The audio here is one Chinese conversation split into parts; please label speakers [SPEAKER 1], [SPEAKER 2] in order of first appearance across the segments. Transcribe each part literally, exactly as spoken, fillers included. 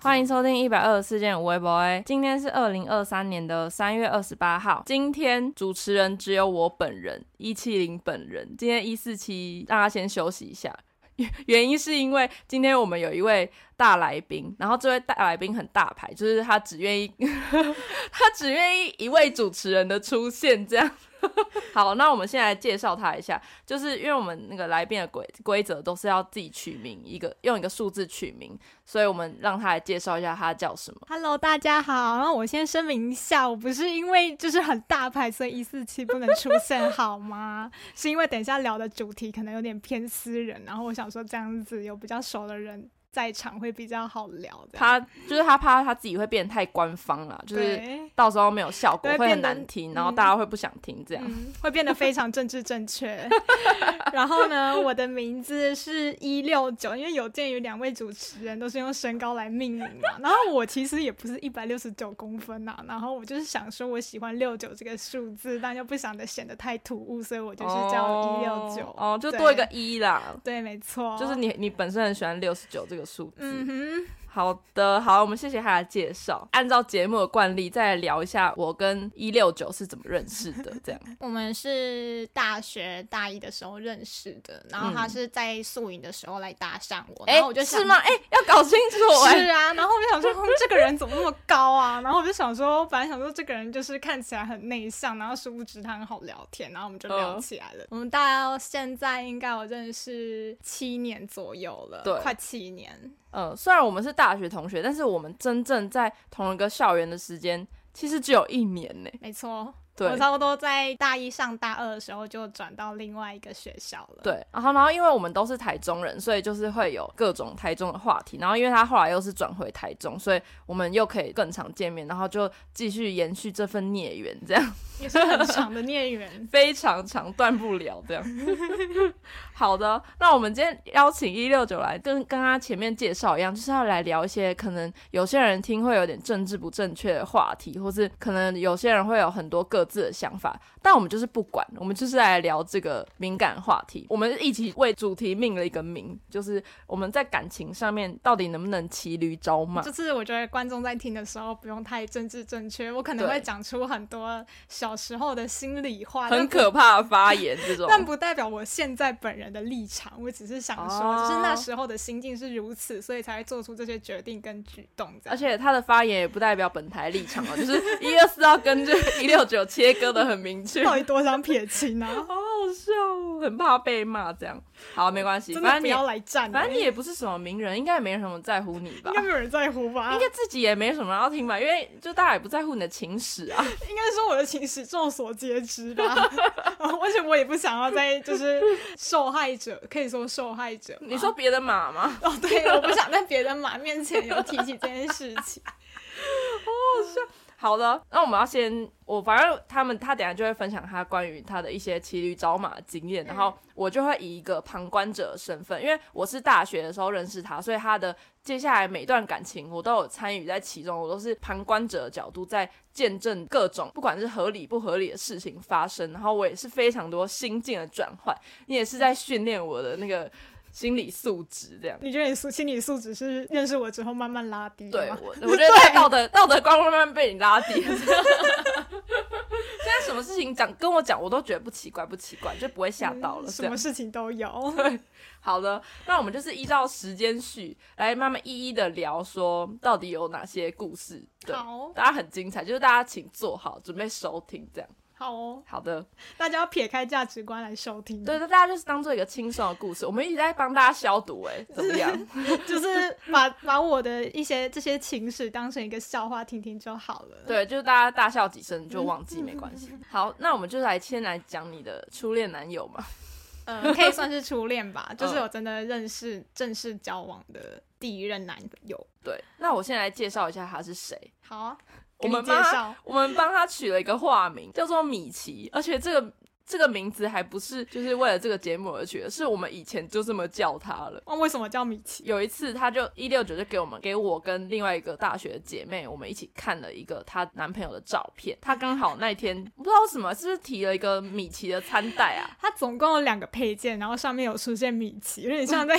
[SPEAKER 1] 欢迎收听一百二十四件无微博诶，今天是二零二三年的三月二十八号。今天主持人只有我本人一七零本人，今天一四七让他先休息一下。原因是因为今天我们有一位大来宾，然后这位大来宾很大牌，就是他只愿意他只愿意一位主持人的出现这样。好，那我们现在来介绍他一下，就是因为我们那个来宾的规规则都是要自己取名，一个用一个数字取名，所以我们让他来介绍一下他叫什么。
[SPEAKER 2] Hello 大家好，然后我先声明一下，我不是因为就是很大牌所以一四七不能出现好吗？是因为等一下聊的主题可能有点偏私人，然后我想说这样子有比较熟的人在场会比较好聊。
[SPEAKER 1] 他就是他怕他自己会变得太官方啦，就是到时候没有效果会很难听，然后大家会不想听这样、
[SPEAKER 2] 嗯、会变得非常政治正确。然后呢，我的名字是一六九，因为有鉴于两位主持人都是用身高来命名嘛，然后我其实也不是一百六十九公分啊，然后我就是想说我喜欢六九这个数字，但又不想得显得太突兀，所以我就是叫一六九。
[SPEAKER 1] 哦，就多一个一啦。
[SPEAKER 2] 对，没错，
[SPEAKER 1] 就是你你本身很喜欢六十九这个数字。
[SPEAKER 2] 嗯哼，
[SPEAKER 1] 好的，好，我们谢谢他的介绍。按照节目的惯例，再来聊一下我跟一六九是怎么认识的。这样，
[SPEAKER 2] 我们是大学大一的时候认识的，然后他是在宿营的时候来搭讪我，
[SPEAKER 1] 嗯、
[SPEAKER 2] 然后我就想
[SPEAKER 1] 是吗？哎、欸，要搞清楚、欸。
[SPEAKER 2] 是啊，然后我就想说、嗯、这个人怎么那么高啊？然后我就想说，本来想说这个人就是看起来很内向，然后殊不知他很好聊天，然后我们就聊起来了。嗯、我们大概现在应该有认识七年左右了，对，快七年。
[SPEAKER 1] 嗯，虽然我们是大学同学，但是我们真正在同一个校园的时间其实只有一年呢。
[SPEAKER 2] 没错，
[SPEAKER 1] 对，
[SPEAKER 2] 我差不多在大一上大二的时候就转到另外一个学校了。
[SPEAKER 1] 对，然后然后因为我们都是台中人，所以就是会有各种台中的话题，然后因为他后来又是转回台中，所以我们又可以更常见面，然后就继续延续这份孽缘，这样
[SPEAKER 2] 也是很长的孽缘。
[SPEAKER 1] 非常长，断不了这样。好的，那我们今天邀请一六九来跟跟他前面介绍一样，就是要来聊一些可能有些人听会有点政治不正确的话题，或是可能有些人会有很多各自的想法，但我们就是不管，我们就是来聊这个敏感话题。我们一起为主题命了一个名，就是我们在感情上面到底能不能骑驴找马。
[SPEAKER 2] 就是我觉得观众在听的时候不用太政治正确，我可能会讲出很多小时候的心里话，
[SPEAKER 1] 很可怕的发言这种，
[SPEAKER 2] 但不代表我现在本人的立场，我只是想说、哦、就是那时候的心境是如此，所以才会做出这些决定跟举动。
[SPEAKER 1] 而且他的发言也不代表本台立场哦，就是一二四要跟这一六九切割的很明确。
[SPEAKER 2] 到底多想撇清啊？
[SPEAKER 1] 好好笑哦，很怕被骂这样。好，没关系，反正你
[SPEAKER 2] 不要来站、欸，
[SPEAKER 1] 反正你也不是什么名人，应该也没什么在乎你吧？
[SPEAKER 2] 应该没有人在乎吧？
[SPEAKER 1] 应该自己也没什么人要听吧？因为就大家也不在乎你的情史啊。
[SPEAKER 2] 应该说我的情史众所皆知吧。而且我也不想要在就是受害者，可以说受害者。
[SPEAKER 1] 你说别的马吗？
[SPEAKER 2] 哦，对，我不想在别的马面前有提起这件事情。
[SPEAKER 1] 好好笑。好的，那我们要先，我反正他们他等一下就会分享他关于他的一些骑驴找马的经验，然后我就会以一个旁观者的身份，因为我是大学的时候认识他，所以他的接下来每段感情我都有参与在其中，我都是旁观者的角度在见证各种不管是合理不合理的事情发生，然后我也是非常多心境的转换，你也是在训练我的那个心理素质这样。
[SPEAKER 2] 你觉得你心理素质是认识我之后慢慢拉低的吗？
[SPEAKER 1] 对，我我觉得道德道德观慢慢被你拉低了。现在什么事情讲跟我讲，我都觉得不奇怪不奇怪，就不会吓到了、嗯。
[SPEAKER 2] 什么事情都有。
[SPEAKER 1] 对，好的，那我们就是依照时间序来慢慢一一的聊，说到底有哪些故事。对，
[SPEAKER 2] 好，
[SPEAKER 1] 大家很精彩，就是大家请坐好，准备收听这样。
[SPEAKER 2] 好哦，
[SPEAKER 1] 好的，
[SPEAKER 2] 大家要撇开价值观来收听。
[SPEAKER 1] 对，大家就是当做一个轻松的故事，我们一直在帮大家消毒、欸，哎，怎么样？
[SPEAKER 2] 就是把把我的一些这些情史当成一个笑话听听就好了。
[SPEAKER 1] 对，就是大家大笑几声就忘记没关系。好，那我们就来先来讲你的初恋男友嘛。
[SPEAKER 2] 呃，可以算是初恋吧，就是我真的认识正式交往的第一任男友。
[SPEAKER 1] 对，那我先来介绍一下他是谁。
[SPEAKER 2] 好啊。
[SPEAKER 1] 我们帮他，我们帮他取了一个化名，叫做米奇，而且这个这个名字还不是就是为了这个节目而取的，是我们以前就这么叫他了。
[SPEAKER 2] 哦，为什么叫米奇？
[SPEAKER 1] 有一次，他就一六九就给我们给我跟另外一个大学的姐妹，我们一起看了一个她男朋友的照片。他刚好那天不知道为什么，是不是提了一个米奇的餐袋啊？
[SPEAKER 2] 他总共有两个配件，然后上面有出现米奇，有点像在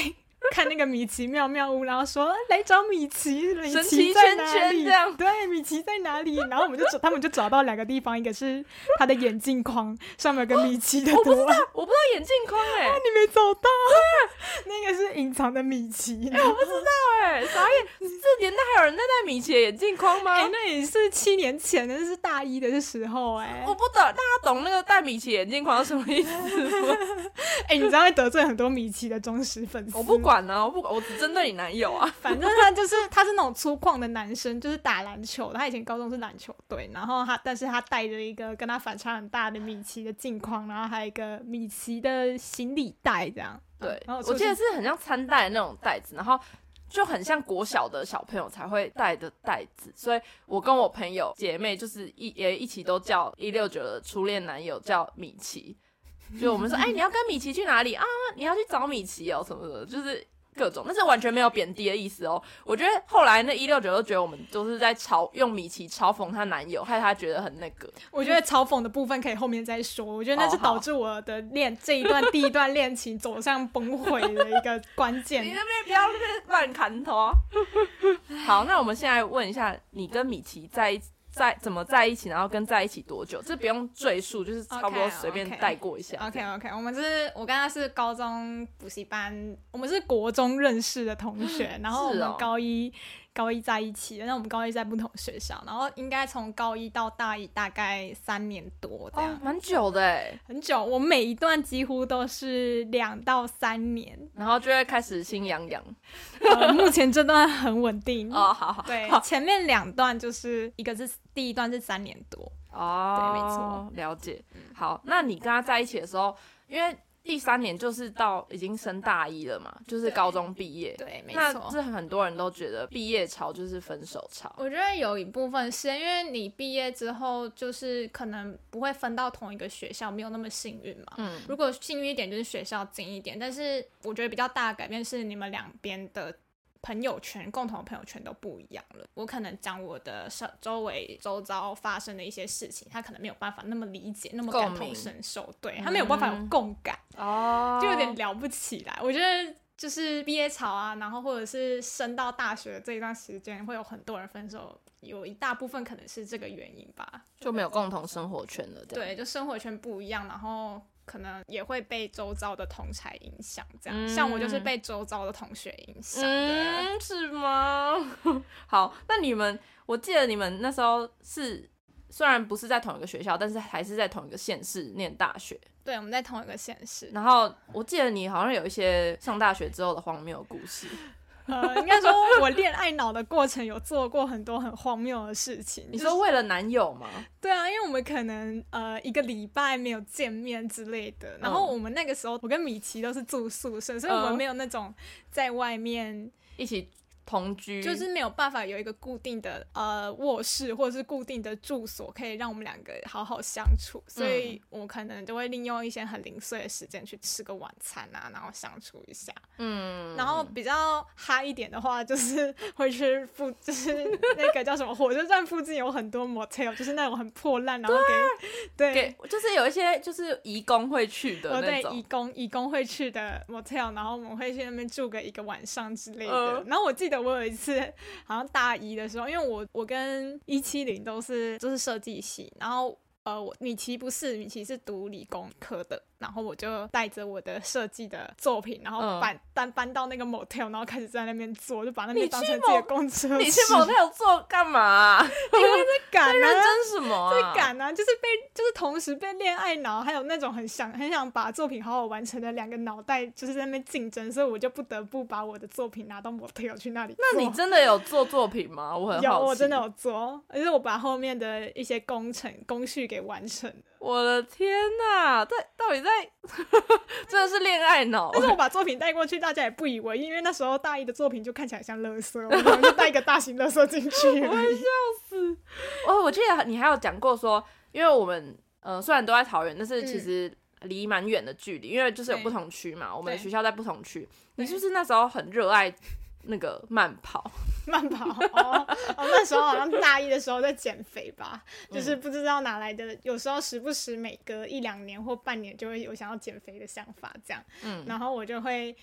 [SPEAKER 2] 看那个米奇妙妙屋，然后说来找米奇，米
[SPEAKER 1] 神奇
[SPEAKER 2] 奇在哪
[SPEAKER 1] 圈圈
[SPEAKER 2] 里？
[SPEAKER 1] 这样
[SPEAKER 2] 对，米奇在哪里？然后我们就找他们就找到两个地方，一个是他的眼镜框上面有个米奇的
[SPEAKER 1] 我不知道
[SPEAKER 2] 图案，
[SPEAKER 1] 我不知道眼镜框哎、欸，
[SPEAKER 2] 你没找到，那个是隐藏的米奇。
[SPEAKER 1] 我不知道哎、欸，傻眼，这年代还有人在戴米奇的眼镜框吗？
[SPEAKER 2] 哎、欸，那也是七年前的，那是大一的时候哎、欸。
[SPEAKER 1] 我不懂，大家懂那个戴米奇眼镜框是什么意思吗？
[SPEAKER 2] 哎、欸，你知道会得罪很多米奇的忠实粉丝。
[SPEAKER 1] 我不管啊，我不管，我只针对你男友啊。
[SPEAKER 2] 反正他就是他是那种粗犷的男生，就是打篮球的，他以前高中是篮球队，然后他但是他带着一个跟他反差很大的米奇的镜框，然后还有一个米奇的行李袋这样。
[SPEAKER 1] 对，
[SPEAKER 2] 然后
[SPEAKER 1] 我记得是很像餐袋的那种袋子，然后就很像国小的小朋友才会带的袋子，所以我跟我朋友姐妹就是一也一起都叫一六九的初恋男友叫米奇，就我们说，哎、欸，你要跟米奇去哪里啊？你要去找米奇哦，什么的，就是各种，但是完全没有贬低的意思哦。我觉得后来那一六九都觉得我们都是在嘲用米奇嘲讽她男友，害她觉得很那个。
[SPEAKER 2] 我觉得嘲讽的部分可以后面再说，我觉得那是导致我的恋、哦、这一段第一段恋情走向崩溃的一个关键。
[SPEAKER 1] 你那边不要乱砍头。好，那我们现在问一下，你跟米奇在一起。在怎么在一起，然后跟在一起多久？这不用赘述，就是差不多随便带过一下。
[SPEAKER 2] OK OK， 我们是我跟他是高中补习班，我们是国中认识的同学，然后我们高一、哦、高一在一起的，那我们高一在不同学校，然后应该从高一到大一大概三年多这样，
[SPEAKER 1] 蛮、哦、久的哎，
[SPEAKER 2] 很久。我每一段几乎都是两到三年，
[SPEAKER 1] 然后就会开始心痒痒。
[SPEAKER 2] 呃，目前这段很稳定
[SPEAKER 1] 哦，好好，
[SPEAKER 2] 对，
[SPEAKER 1] 好
[SPEAKER 2] 前面两段就是一个是第一段是三年多，
[SPEAKER 1] 哦，
[SPEAKER 2] 对，没错，
[SPEAKER 1] 了解。好，那你跟他在一起的时候，因为第三年就是到已经升大一了嘛，就是高中毕业，
[SPEAKER 2] 对，没错。
[SPEAKER 1] 那这很多人都觉得毕业潮就是分手潮。
[SPEAKER 2] 我觉得有一部分是因为你毕业之后，就是可能不会分到同一个学校，没有那么幸运嘛。嗯，如果幸运一点，就是学校近一点。但是我觉得比较大的改变是你们两边的朋友圈，共同的朋友圈都不一样了。我可能讲我的周围周遭发生的一些事情，他可能没有办法那么理解，那么感同身受，对，他没有办法有共感，哦、嗯，就有点聊不起来。我觉得就是毕业潮啊，然后或者是升到大学的这一段时间，会有很多人分手，有一大部分可能是这个原因吧，
[SPEAKER 1] 就没有共同生活圈了。
[SPEAKER 2] 对，就生活圈不一样，然后可能也会被周遭的同侪影响，这样、嗯、像我就是被周遭的同学影响的。
[SPEAKER 1] 嗯，是吗？好，那你们，我记得你们那时候是虽然不是在同一个学校，但是还是在同一个县市念大学。
[SPEAKER 2] 对，我们在同一个县市。
[SPEAKER 1] 然后我记得你好像有一些上大学之后的荒谬的故事。
[SPEAKER 2] 呃，应该说我恋爱脑的过程有做过很多很荒谬的事情。
[SPEAKER 1] 你说为了男友吗？
[SPEAKER 2] 对啊，因为我们可能呃一个礼拜没有见面之类的，然后我们那个时候我跟米奇都是住宿舍，所以我们没有那种在外面
[SPEAKER 1] 一起同居，
[SPEAKER 2] 就是没有办法有一个固定的呃卧室或者是固定的住所可以让我们两个好好相处，所以我可能就会利用一些很零碎的时间去吃个晚餐啊，然后相处一下。嗯，然后比较嗨一点的话，就是会去附，就是那个叫什么火车站附近有很多 motel， 就是那种很破烂，然后给对
[SPEAKER 1] 给就是有一些就是移工会去的那种，
[SPEAKER 2] 哦、对，移工移工会去的 motel， 然后我们会去那边住个一个晚上之类的。呃、然后我记得我有一次好像大一的时候，因为我我跟一七零都是都是设计系，然后呃，我米奇不是，米奇是读理工科的。然后我就带着我的设计的作品，然后搬、嗯、搬搬到那个 motel， 然后开始在那边做，就把那边当成自己的公车室。
[SPEAKER 1] 你去 motel 做干嘛、啊？
[SPEAKER 2] 因为在赶啊，
[SPEAKER 1] 在认真什么、啊？
[SPEAKER 2] 在赶啊，就是被就是同时被恋爱脑，还有那种很想很想把作品好好完成的两个脑袋，就是在那边竞争，所以我就不得不把我的作品拿到 motel 去那里做。
[SPEAKER 1] 那你真的有做作品吗？我很好奇。
[SPEAKER 2] 有，我真的有做，而且我把后面的一些工程工序给完成了。
[SPEAKER 1] 我的天哪，在到底在真的是恋爱脑。
[SPEAKER 2] 但是我把作品带过去，大家也不以为意，因为那时候大一的作品就看起来像垃圾，我可能就带一个大型垃圾进去。
[SPEAKER 1] 我会笑死。哦，我记得你还有讲过说，因为我们呃虽然都在桃园，但是其实离蛮远的距离，因为就是有不同区嘛，我们的学校在不同区。你是不是那时候很热爱那个慢跑？
[SPEAKER 2] 慢跑哦，哦，那时候好像大一的时候在减肥吧，嗯、就是不知道哪来的，有时候时不时每隔一两年或半年就会有想要减肥的想法，这样，嗯，然后我就会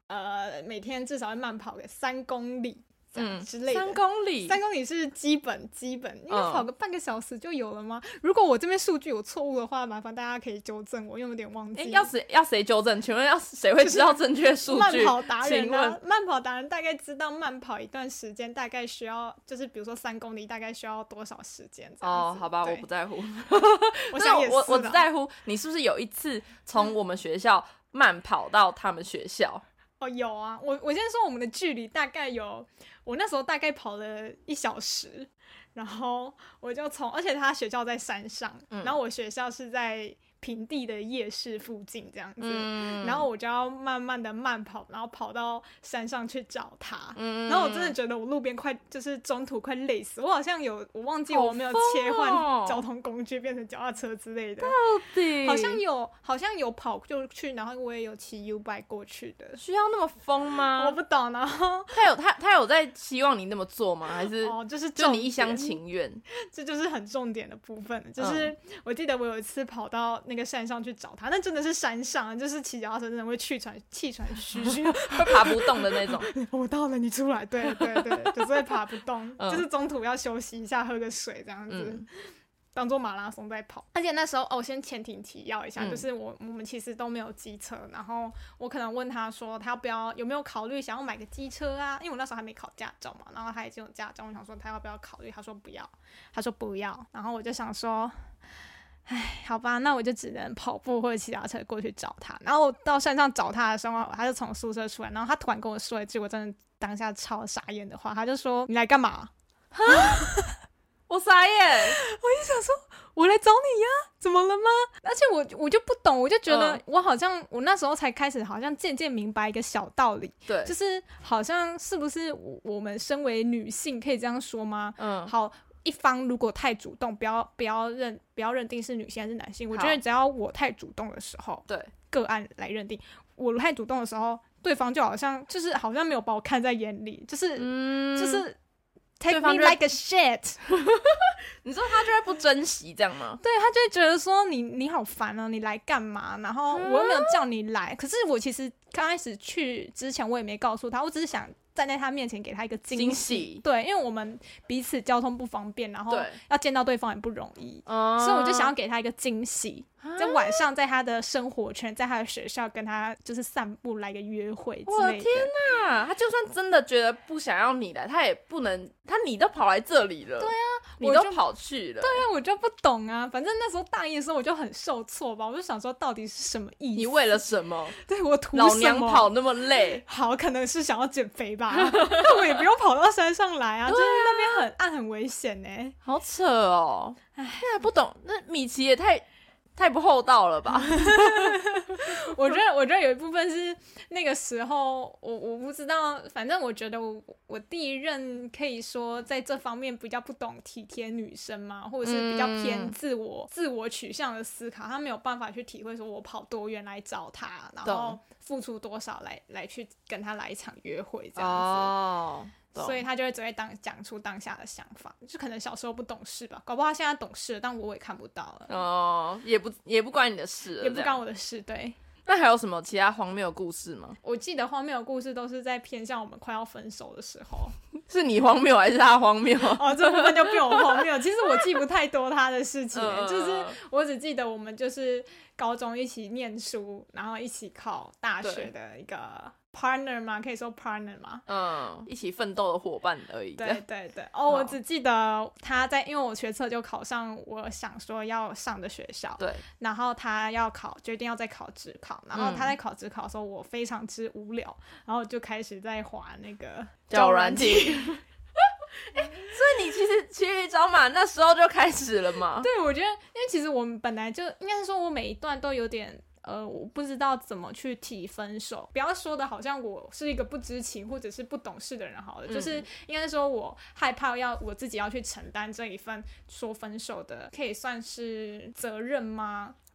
[SPEAKER 2] 呃每天至少会慢跑个三公里。嗯，之类的。
[SPEAKER 1] 三公里，
[SPEAKER 2] 三公里是基本基本，因为跑个半个小时就有了吗？嗯、如果我这边数据有错误的话，麻烦大家可以纠正我，因为有点忘记。
[SPEAKER 1] 欸、要谁要谁纠正？请问要谁会知道正确数据？
[SPEAKER 2] 慢跑达人啊，慢跑达人大概知道慢跑一段时间大概需要，就是比如说三公里大概需要多少时间？
[SPEAKER 1] 哦，好吧，我不在乎。
[SPEAKER 2] 我想也是
[SPEAKER 1] 我我只在乎你是不是有一次从我们学校慢跑到他们学校。
[SPEAKER 2] 哦，有啊，我我先说我们的距离大概有，我那时候大概跑了一小时，然后我就从，而且他学校在山上，嗯、然后我学校是在平地的夜市附近这样子，嗯、然后我就要慢慢的慢跑，然后跑到山上去找他，嗯、然后我真的觉得我路边快就是中途快累死，我好像有我忘记我没有切换交通工具变成脚踏车之类的，
[SPEAKER 1] 到底
[SPEAKER 2] 好像有好像有跑就去，然后我也有骑 U bike 过去的，
[SPEAKER 1] 需要那么疯吗？
[SPEAKER 2] 我不懂。然后
[SPEAKER 1] 他有他他有在希望你那么做吗？还是
[SPEAKER 2] 哦，就是
[SPEAKER 1] 就你一厢情愿？
[SPEAKER 2] 这就是很重点的部分，就是我记得我有一次跑到那个山上去找他，那真的是山上，就是骑脚踏车真的会气喘气喘吁吁，
[SPEAKER 1] 会爬不动的那种。
[SPEAKER 2] 我到了，你出来，对对对，就是会爬不动，嗯、就是中途要休息一下，喝个水这样子。嗯，当做马拉松在跑。而且那时候哦，先前庭提要一下，嗯、就是我我们其实都没有机车，然后我可能问他说他要不要有没有考虑想要买个机车啊，因为我那时候还没考驾照嘛，然后他已经有驾照，我想说他要不要考虑，他说不要，他说不要，然后我就想说唉，好吧，那我就只能跑步或者骑脚踏车过去找他。然后我到山上找他的时候，他就从宿舍出来，然后他突然跟我说一句我真的当下超傻眼的话，他就说你来干嘛？
[SPEAKER 1] 我傻眼，我
[SPEAKER 2] 就想说我来找你呀，怎么了吗？而且我我就不懂，我就觉得我好像、嗯、我那时候才开始好像渐渐明白一个小道理，
[SPEAKER 1] 对，
[SPEAKER 2] 就是好像是不是我们身为女性可以这样说吗？嗯，好，一方如果太主动，不要不要认不要认定是女性还是男性，我觉得只要我太主动的时候，
[SPEAKER 1] 对，
[SPEAKER 2] 个案来认定，我太主动的时候，对方就好像就是好像没有把我看在眼里，就是、嗯、就是。Take me like a shit
[SPEAKER 1] 你说他就会不珍惜这样吗？
[SPEAKER 2] 对，他就会觉得说你你好烦啊，你来干嘛？然后我又没有叫你来、嗯、可是我其实刚开始去之前我也没告诉他，我只是想站在他面前给他一个惊喜，
[SPEAKER 1] 惊喜
[SPEAKER 2] 对，因为我们彼此交通不方便，然后要见到对方也不容易，所以我就想要给他一个惊喜，在晚上在他的生活圈，在他的学校跟他就是散步来个约会之类的。
[SPEAKER 1] 我的天哪，他就算真的觉得不想要你来，他也不能，他你都跑来这里了，
[SPEAKER 2] 对啊，
[SPEAKER 1] 你都跑去了，
[SPEAKER 2] 对啊，我就不懂啊，反正那时候大一的时候我就很受挫吧，我就想说到底是什么意思？
[SPEAKER 1] 你为了什么？
[SPEAKER 2] 对，我图什么？
[SPEAKER 1] 老娘跑那么累，
[SPEAKER 2] 好，可能是想要减肥吧，那我也不用跑到山上来啊，就是那边很暗很危险呢、欸，
[SPEAKER 1] 好扯哦，哎，不懂，那米奇也太。太不厚道了吧
[SPEAKER 2] 我觉得我觉得有一部分是那个时候我我不知道，反正我觉得我我第一任可以说在这方面比较不懂体贴女生嘛，或者是比较偏自我、嗯、自我取向的思考，他没有办法去体会说我跑多远来找他，然后付出多少来来去跟他来一场约会这样子、哦，所以他就会只会当讲出当下的想法，就可能小时候不懂事吧，搞不好他现在懂事了，但我也看不到了。
[SPEAKER 1] 哦，也不也不关你的事了，
[SPEAKER 2] 也不关我的事，对。
[SPEAKER 1] 那还有什么其他荒谬的故事吗？
[SPEAKER 2] 我记得荒谬的故事都是在偏向我们快要分手的时候。
[SPEAKER 1] 是你荒谬还是他荒谬？
[SPEAKER 2] 哦，这部分就变我荒谬。其实我记不太多他的事情、呃，就是我只记得我们就是高中一起念书，然后一起考大学的一个partner 吗？可以说 partner 吗？
[SPEAKER 1] 嗯，一起奋斗的伙伴而已。
[SPEAKER 2] 对对对。哦，我只记得他在，因为我学测就考上我想说要上的学校。对。然后他要考，决定要再考指考。然后他在考指考的时候，我非常之无聊，然后就开始在滑那个
[SPEAKER 1] 交友软体。欸、所以你其实骑驴找马那时候就开始了吗？
[SPEAKER 2] 对，我觉得，因为其实我们本来就应该说，我每一段都有点。呃，我不知道怎么去提分手，不要说的好像我是一个不知情或者是不懂事的人好了、嗯、就是应该说我害怕要我自己要去承担这一份说分手的可以算是责任吗？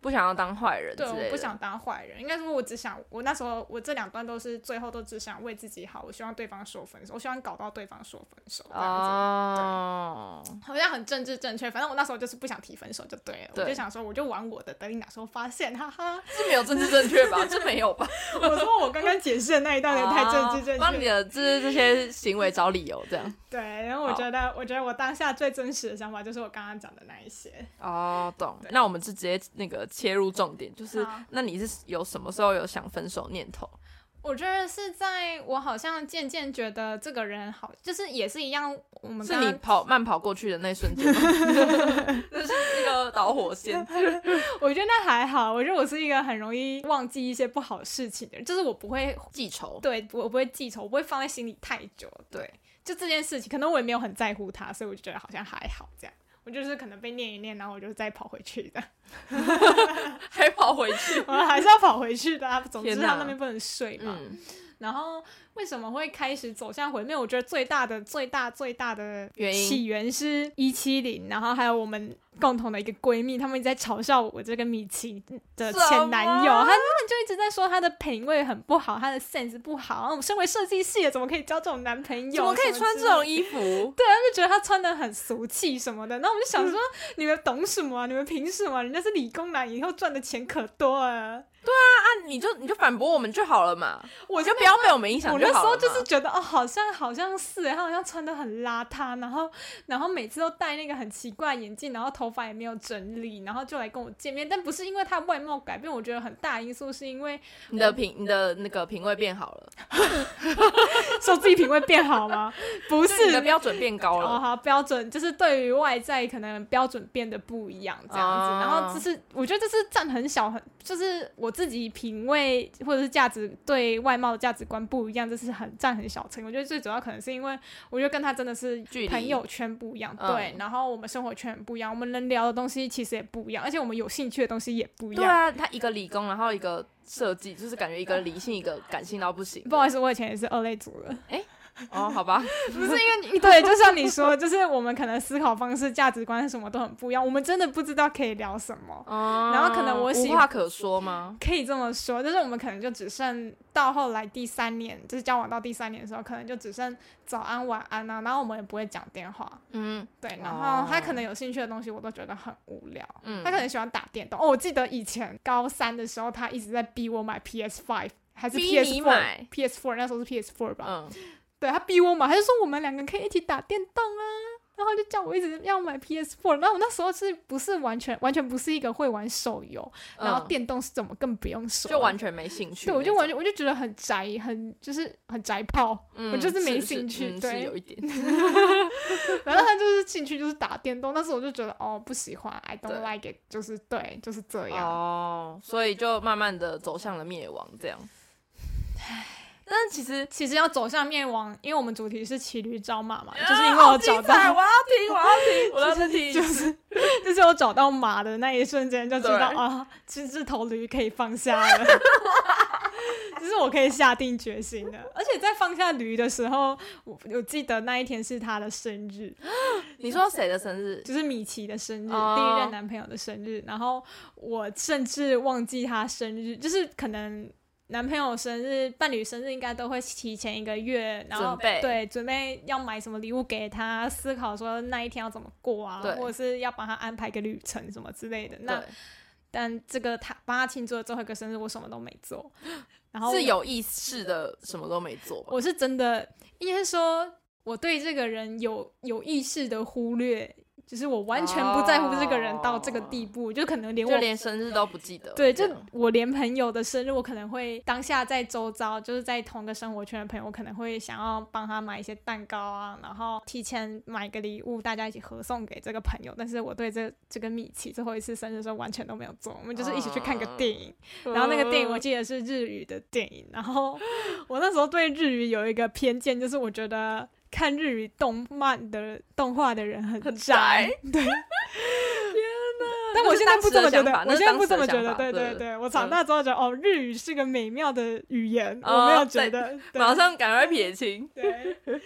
[SPEAKER 1] 不想要当坏人之类的。
[SPEAKER 2] 对，我不想当坏人，应该说我只想，我那时候我这两段都是最后都只想为自己好，我希望对方说分手，我希望搞到对方说分手这样子。哦，对，好像很政治正确，反正我那时候就是不想提分手就对了，对，我就想说我就玩我的，等你哪时候发现，哈哈，
[SPEAKER 1] 这没有政治正确吧？这没有吧？
[SPEAKER 2] 我说我刚刚解释的那一段也太政治正确，
[SPEAKER 1] 帮你的这这些行为找理由这样。
[SPEAKER 2] 对，然后我觉得，我觉得我当下最真实的想法就是我刚刚讲的那一些。
[SPEAKER 1] 哦，懂。那我们就直接那个切入重点，就是那你是有什么时候有想分手念头？
[SPEAKER 2] 我觉得是在我好像渐渐觉得这个人好，就是也是一样，我们刚刚
[SPEAKER 1] 是你跑慢跑过去的那瞬间吗？那是那个导火线。
[SPEAKER 2] 我觉得那还好，我觉得我是一个很容易忘记一些不好的事情的人，就是我不会
[SPEAKER 1] 记仇，
[SPEAKER 2] 对，我不会记仇，我不会放在心里太久。对，就这件事情，可能我也没有很在乎他，所以我就觉得好像还好这样。我就是可能被念一念，然后我就再跑回去的。
[SPEAKER 1] 还跑回去？
[SPEAKER 2] 我还是要跑回去的啊，总之他那边不能睡嘛。嗯，然后为什么会开始走向毁灭？我觉得最大的、最大、最大的起源是一七零，然后还有我们共同的一个闺蜜，他们一直在嘲笑我这个米奇的前男友，他们就一直在说他的品味很不好，他的 sense 不好。然后我们身为设计系的，怎么可以交这种男朋友？
[SPEAKER 1] 怎么可以穿这种衣服？
[SPEAKER 2] 对，他就觉得他穿得很俗气什么的。那我们就想说，嗯、你们懂什么、啊？你们凭什么？人家是理工男，以后赚的钱可多了。
[SPEAKER 1] 对啊，啊，你就你就反驳我们就好了嘛，我就不要被我们影响就好了嘛。
[SPEAKER 2] 我那时候就是觉得哦，好像好像是耶，他好像穿得很邋遢，然后然后每次都戴那个很奇怪的眼镜，然后头发也没有整理，然后就来跟我见面。但不是因为他外貌改变，我觉得很大因素是因为
[SPEAKER 1] 你的品你的那个品味变好了。
[SPEAKER 2] 说自己品味变好吗？不是，
[SPEAKER 1] 你的标准变高了。
[SPEAKER 2] 哦，好，标准就是对于外在可能标准变得不一样这样子。哦、然后这是我觉得这是占很小很，就是我自己品味或者是价值对外貌的价值观不一样，这是很占很小成。我觉得最主要可能是因为我觉得跟他真的是朋友圈不一样，对、嗯，然后我们生活圈不一样，我们能聊的东西其实也不一样，而且我们有兴趣的东西也不一样。
[SPEAKER 1] 对啊，他一个理工，然后一个设计，就是感觉一个理性，一个感性到不行。
[SPEAKER 2] 不好意思，我以前也是二类组的。哎、欸。
[SPEAKER 1] 哦，好吧，
[SPEAKER 2] 不是因为你对，就像你说，就是我们可能思考方式、价值观什么都很不一样，我们真的不知道可以聊什么，嗯、然后可能我喜
[SPEAKER 1] 无话可说吗？
[SPEAKER 2] 可以这么说，就是我们可能就只剩到后来第三年，就是交往到第三年的时候，可能就只剩早安、晚安啊，然后我们也不会讲电话，嗯，对，然后他可能有兴趣的东西，我都觉得很无聊，嗯，他可能喜欢打电动。哦，我记得以前高三的时候，他一直在逼我买 P S 五， 还是 P S 四 P S 四 那时候是 P S 四 吧，嗯。对，他逼我买，他就说我们两个可以一起打电动啊，然后就叫我一直要买 P S 四。然后我那时候是不是完全完全不是一个会玩手游，嗯、然后电动是怎么更不用说，
[SPEAKER 1] 就完全没兴趣。
[SPEAKER 2] 对，我就完全我就觉得很宅，很就是很宅炮，嗯、我就是没兴趣。
[SPEAKER 1] 是是嗯、
[SPEAKER 2] 对，
[SPEAKER 1] 是有一点。
[SPEAKER 2] 然后他就是兴趣就是打电动，但是我就觉得哦不喜欢 ，I don't like it， 就是对，就是这样。
[SPEAKER 1] 哦，所以就慢慢的走向了灭亡，这样。唉。但是其实
[SPEAKER 2] 其实要走向灭亡，因为我们主题是骑驴找马嘛，啊、就是因为我找到，
[SPEAKER 1] 我要听，我要听，我要听，
[SPEAKER 2] 就是就是我找到马的那一瞬间就知道啊，其实这头驴可以放下了，就是我可以下定决心的。而且在放下驴的时候，我我记得那一天是他的生日。
[SPEAKER 1] 你说谁的生日？
[SPEAKER 2] 就是米奇的生日，哦、第一任男朋友的生日。然后我甚至忘记他生日，就是可能。男朋友生日、伴侣生日应该都会提前一个月，然后
[SPEAKER 1] 准备
[SPEAKER 2] 对准备要买什么礼物给他，思考说那一天要怎么过啊，或者是要帮他安排个旅程什么之类的。那但这个他帮他庆祝的最后一个生日，我什么都没做，然后
[SPEAKER 1] 是有意识的什么都没做吧。
[SPEAKER 2] 我是真的，应该说我对这个人有有意识的忽略。就是我完全不在乎这个人到这个地步， oh, 就可能连我
[SPEAKER 1] 就连生日都不记得。
[SPEAKER 2] 对，就我连朋友的生日，我可能会当下在周遭，就是在同个生活圈的朋友，我可能会想要帮他买一些蛋糕啊，然后提前买个礼物，大家一起合送给这个朋友。但是我对这这个米奇最后一次生日的时候完全都没有做，我们就是一起去看个电影， oh. 然后那个电影我记得是日语的电影，然后我那时候对日语有一个偏见，就是我觉得。看日语动漫的动画的人很宅，
[SPEAKER 1] 很宅
[SPEAKER 2] 对。天哪！但我现在不这么觉得，我现在不这么觉得，对对对。我长大之后觉得，哦，日语是个美妙的语言，哦、我没有觉得，
[SPEAKER 1] 马上赶快撇清。
[SPEAKER 2] 对。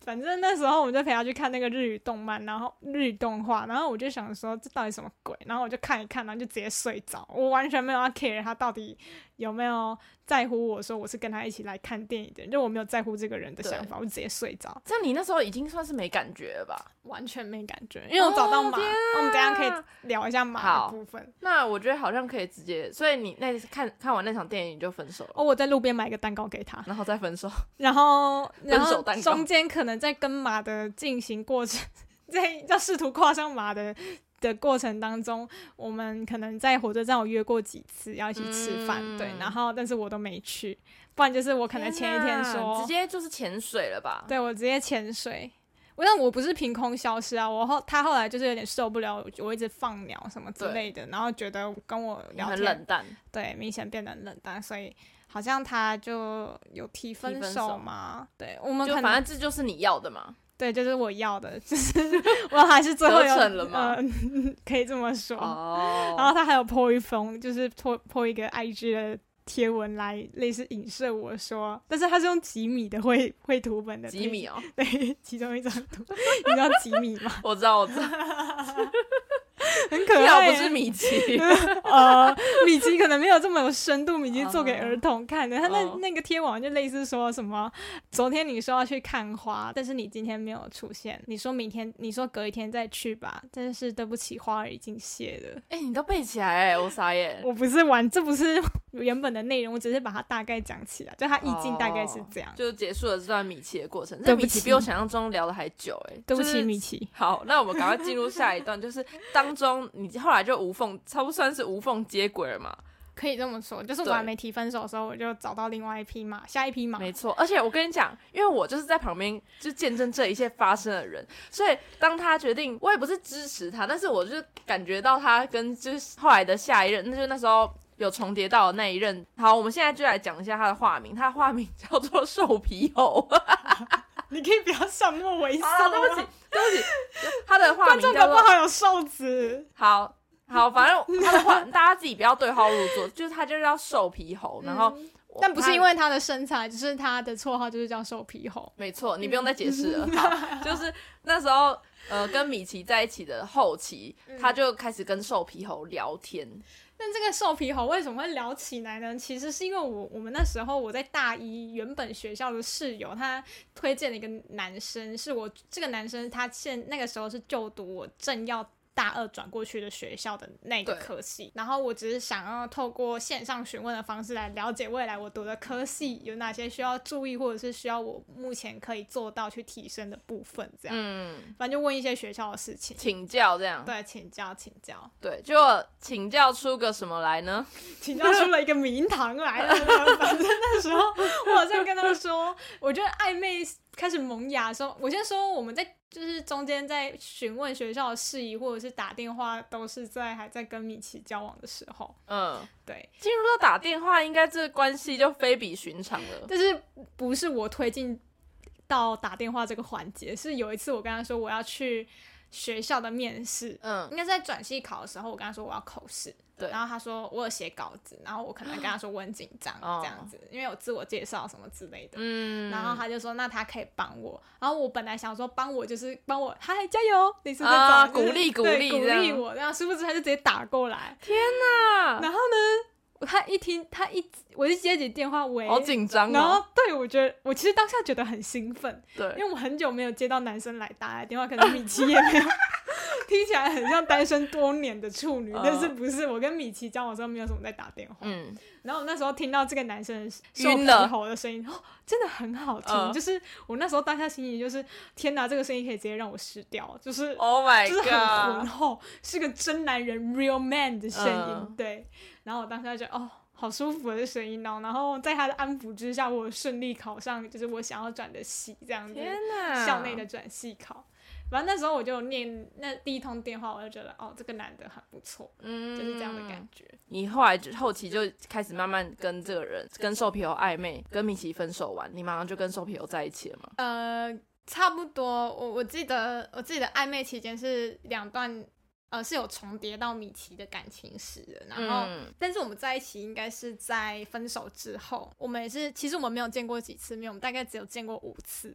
[SPEAKER 2] 反正那时候我们就陪他去看那个日语动漫，然后日语动画，然后我就想说这到底什么鬼，然后我就看一看，然后就直接睡着，我完全没有要 care 他到底有没有在乎我说我是跟他一起来看电影的人，就我没有在乎这个人的想法，我就直接睡着。
[SPEAKER 1] 这样你那时候已经算是没感觉了吧？
[SPEAKER 2] 完全没感觉，因为我找到马、
[SPEAKER 1] 哦啊、
[SPEAKER 2] 我们等一下可以聊一下马的部分。
[SPEAKER 1] 那我觉得好像可以直接，所以你那看看完那场电影你就分手了？
[SPEAKER 2] 哦，我在路边买一个蛋糕给他，
[SPEAKER 1] 然后再分手，
[SPEAKER 2] 然后然后
[SPEAKER 1] 分手
[SPEAKER 2] 中间可能在跟马的进行过程，在要试图跨上马的的过程当中，我们可能在火车站有约过几次要一起吃饭、嗯，对，然后但是我都没去，不然就是我可能前一天说
[SPEAKER 1] 直接就是潜水了吧？
[SPEAKER 2] 对，我直接潜水。但我不是凭空消失啊，我后他后来就是有点受不了，我一直放鸟什么之类的，然后觉得跟我聊天
[SPEAKER 1] 很冷淡，
[SPEAKER 2] 对，明显变得很冷淡，所以好像他就有提分手嘛，对，我们可能
[SPEAKER 1] 就反正这就是你要的嘛，
[SPEAKER 2] 对，就是我要的，就是我还是最后有
[SPEAKER 1] 得逞了嘛、
[SPEAKER 2] 呃，可以这么说。
[SPEAKER 1] 哦、
[SPEAKER 2] 然后他还有 po 一封，就是 po po 一个 I G 的贴文来类似影射我说，但是他是用吉米的绘绘图本的
[SPEAKER 1] 吉米哦，
[SPEAKER 2] 对，其中一张图，你知道吉米吗？
[SPEAKER 1] 我知道，我知道。
[SPEAKER 2] 很可爱、
[SPEAKER 1] 欸，不是米奇，
[SPEAKER 2] 呃，米奇可能没有这么有深度，米奇做给儿童看的。他那、oh. 那个贴网就类似说什么，昨天你说要去看花，但是你今天没有出现。你说明天，你说隔一天再去吧，但是对不起，花儿已经谢了。
[SPEAKER 1] 哎、欸，你都背起来哎、欸，我傻眼。
[SPEAKER 2] 我不是玩，这不是原本的内容，我只是把它大概讲起来，就它意境大概是这样，
[SPEAKER 1] oh. 就结束了这段米奇的过程。这米奇比我想象中聊得还久哎、欸，
[SPEAKER 2] 对不起、
[SPEAKER 1] 就是、
[SPEAKER 2] 米奇。
[SPEAKER 1] 好，那我们赶快进入下一段，就是当中你后来就无缝，差不多算是无缝接轨了嘛。
[SPEAKER 2] 可以这么说，就是我还没提分手的时候，我就找到另外一匹马，下一匹马。
[SPEAKER 1] 没错，而且我跟你讲，因为我就是在旁边就见证这一切发生的人，所以当他决定，我也不是支持他，但是我就感觉到他跟就是后来的下一任，那就是那时候有重叠到的那一任。好，我们现在就来讲一下他的化名，他的化名叫做瘦皮猴。
[SPEAKER 2] 你可以不要笑那么猥琐、
[SPEAKER 1] 啊、对不起，对不起，他的化名叫做，
[SPEAKER 2] 观众搞不好有瘦子。
[SPEAKER 1] 好。好，反正他的话，大家自己不要对号入座，就是他就叫瘦皮猴，然后、嗯，
[SPEAKER 2] 但不是因为他的身材，就是他的绰号就是叫瘦皮猴。
[SPEAKER 1] 没错，你不用再解释了。好，就是那时候，呃，跟米奇在一起的后期，嗯、他就开始跟瘦皮猴聊天。
[SPEAKER 2] 但这个瘦皮猴为什么会聊起来呢？其实是因为我我们那时候我在大一原本学校的室友，他推荐了一个男生，是我这个男生他现那个时候是就读我正要大二转过去的学校的那个科系，然后我只是想要透过线上询问的方式来了解未来我读的科系有哪些需要注意，或者是需要我目前可以做到去提升的部分，这样，嗯，反正就问一些学校的事情，
[SPEAKER 1] 请教这样，
[SPEAKER 2] 对，请教请教，
[SPEAKER 1] 对，就请教出个什么来呢？
[SPEAKER 2] 请教出了一个名堂来了。反正那时候我好像跟他说，我觉得暧昧开始萌芽的时候，我先说我们在就是中间在询问学校的事宜，或者是打电话，都是在还在跟米奇交往的时候。嗯，对，
[SPEAKER 1] 进入到打电话，应该这个关系就非比寻常了。
[SPEAKER 2] 但是不是我推进到打电话这个环节，是有一次我跟他说我要去学校的面试，嗯，应该是在转系考的时候，我跟他说我要口试。对，然后他说我有写稿子，然后我可能跟他说我很紧张这样子，因为有自我介绍什么之类的，嗯，然后他就说那他可以帮我，然后我本来想说帮我就是帮我嗨加油，你是那种、啊就是、
[SPEAKER 1] 鼓励鼓励
[SPEAKER 2] 鼓励我，然后殊不知他就直接打过来，
[SPEAKER 1] 天哪！
[SPEAKER 2] 然后呢，他一听他一我一接起电话，喂，
[SPEAKER 1] 好紧张哦。
[SPEAKER 2] 然后对我觉得我其实当下觉得很兴奋，
[SPEAKER 1] 对，
[SPEAKER 2] 因为我很久没有接到男生来打来电话，可能米奇也没有。听起来很像单身多年的处女、呃、但是不是，我跟米奇交往的时候没有什么在打电话，嗯，然后我那时候听到这个男生瘦皮猴的声音、哦、真的很好听、呃、就是我那时候当下心情就是天哪，这个声音可以直接让我湿掉，就是
[SPEAKER 1] Oh my God，
[SPEAKER 2] 就是很浑厚，是个真男人 real man 的声音、呃、对，然后我当时就觉得哦好舒服的声音哦，然后在他的安抚之下，我顺利考上就是我想要转的系，这样子，
[SPEAKER 1] 天哪，
[SPEAKER 2] 校内的转系考。反正那时候我就念那第一通电话，我就觉得哦，这个男的很不错，嗯，就是这样的感觉。
[SPEAKER 1] 你后来后期就开始慢慢跟这个人跟瘦皮猴暧昧，跟米奇分手完，你马上就跟瘦皮猴在一起了吗？
[SPEAKER 2] 呃，差不多。我我记得我自己的暧昧期间是两段。呃，是有重叠到米奇的感情史的，然后、嗯，但是我们在一起应该是在分手之后，我们也是，其实我们没有见过几次面，我们大概只有见过五次吧。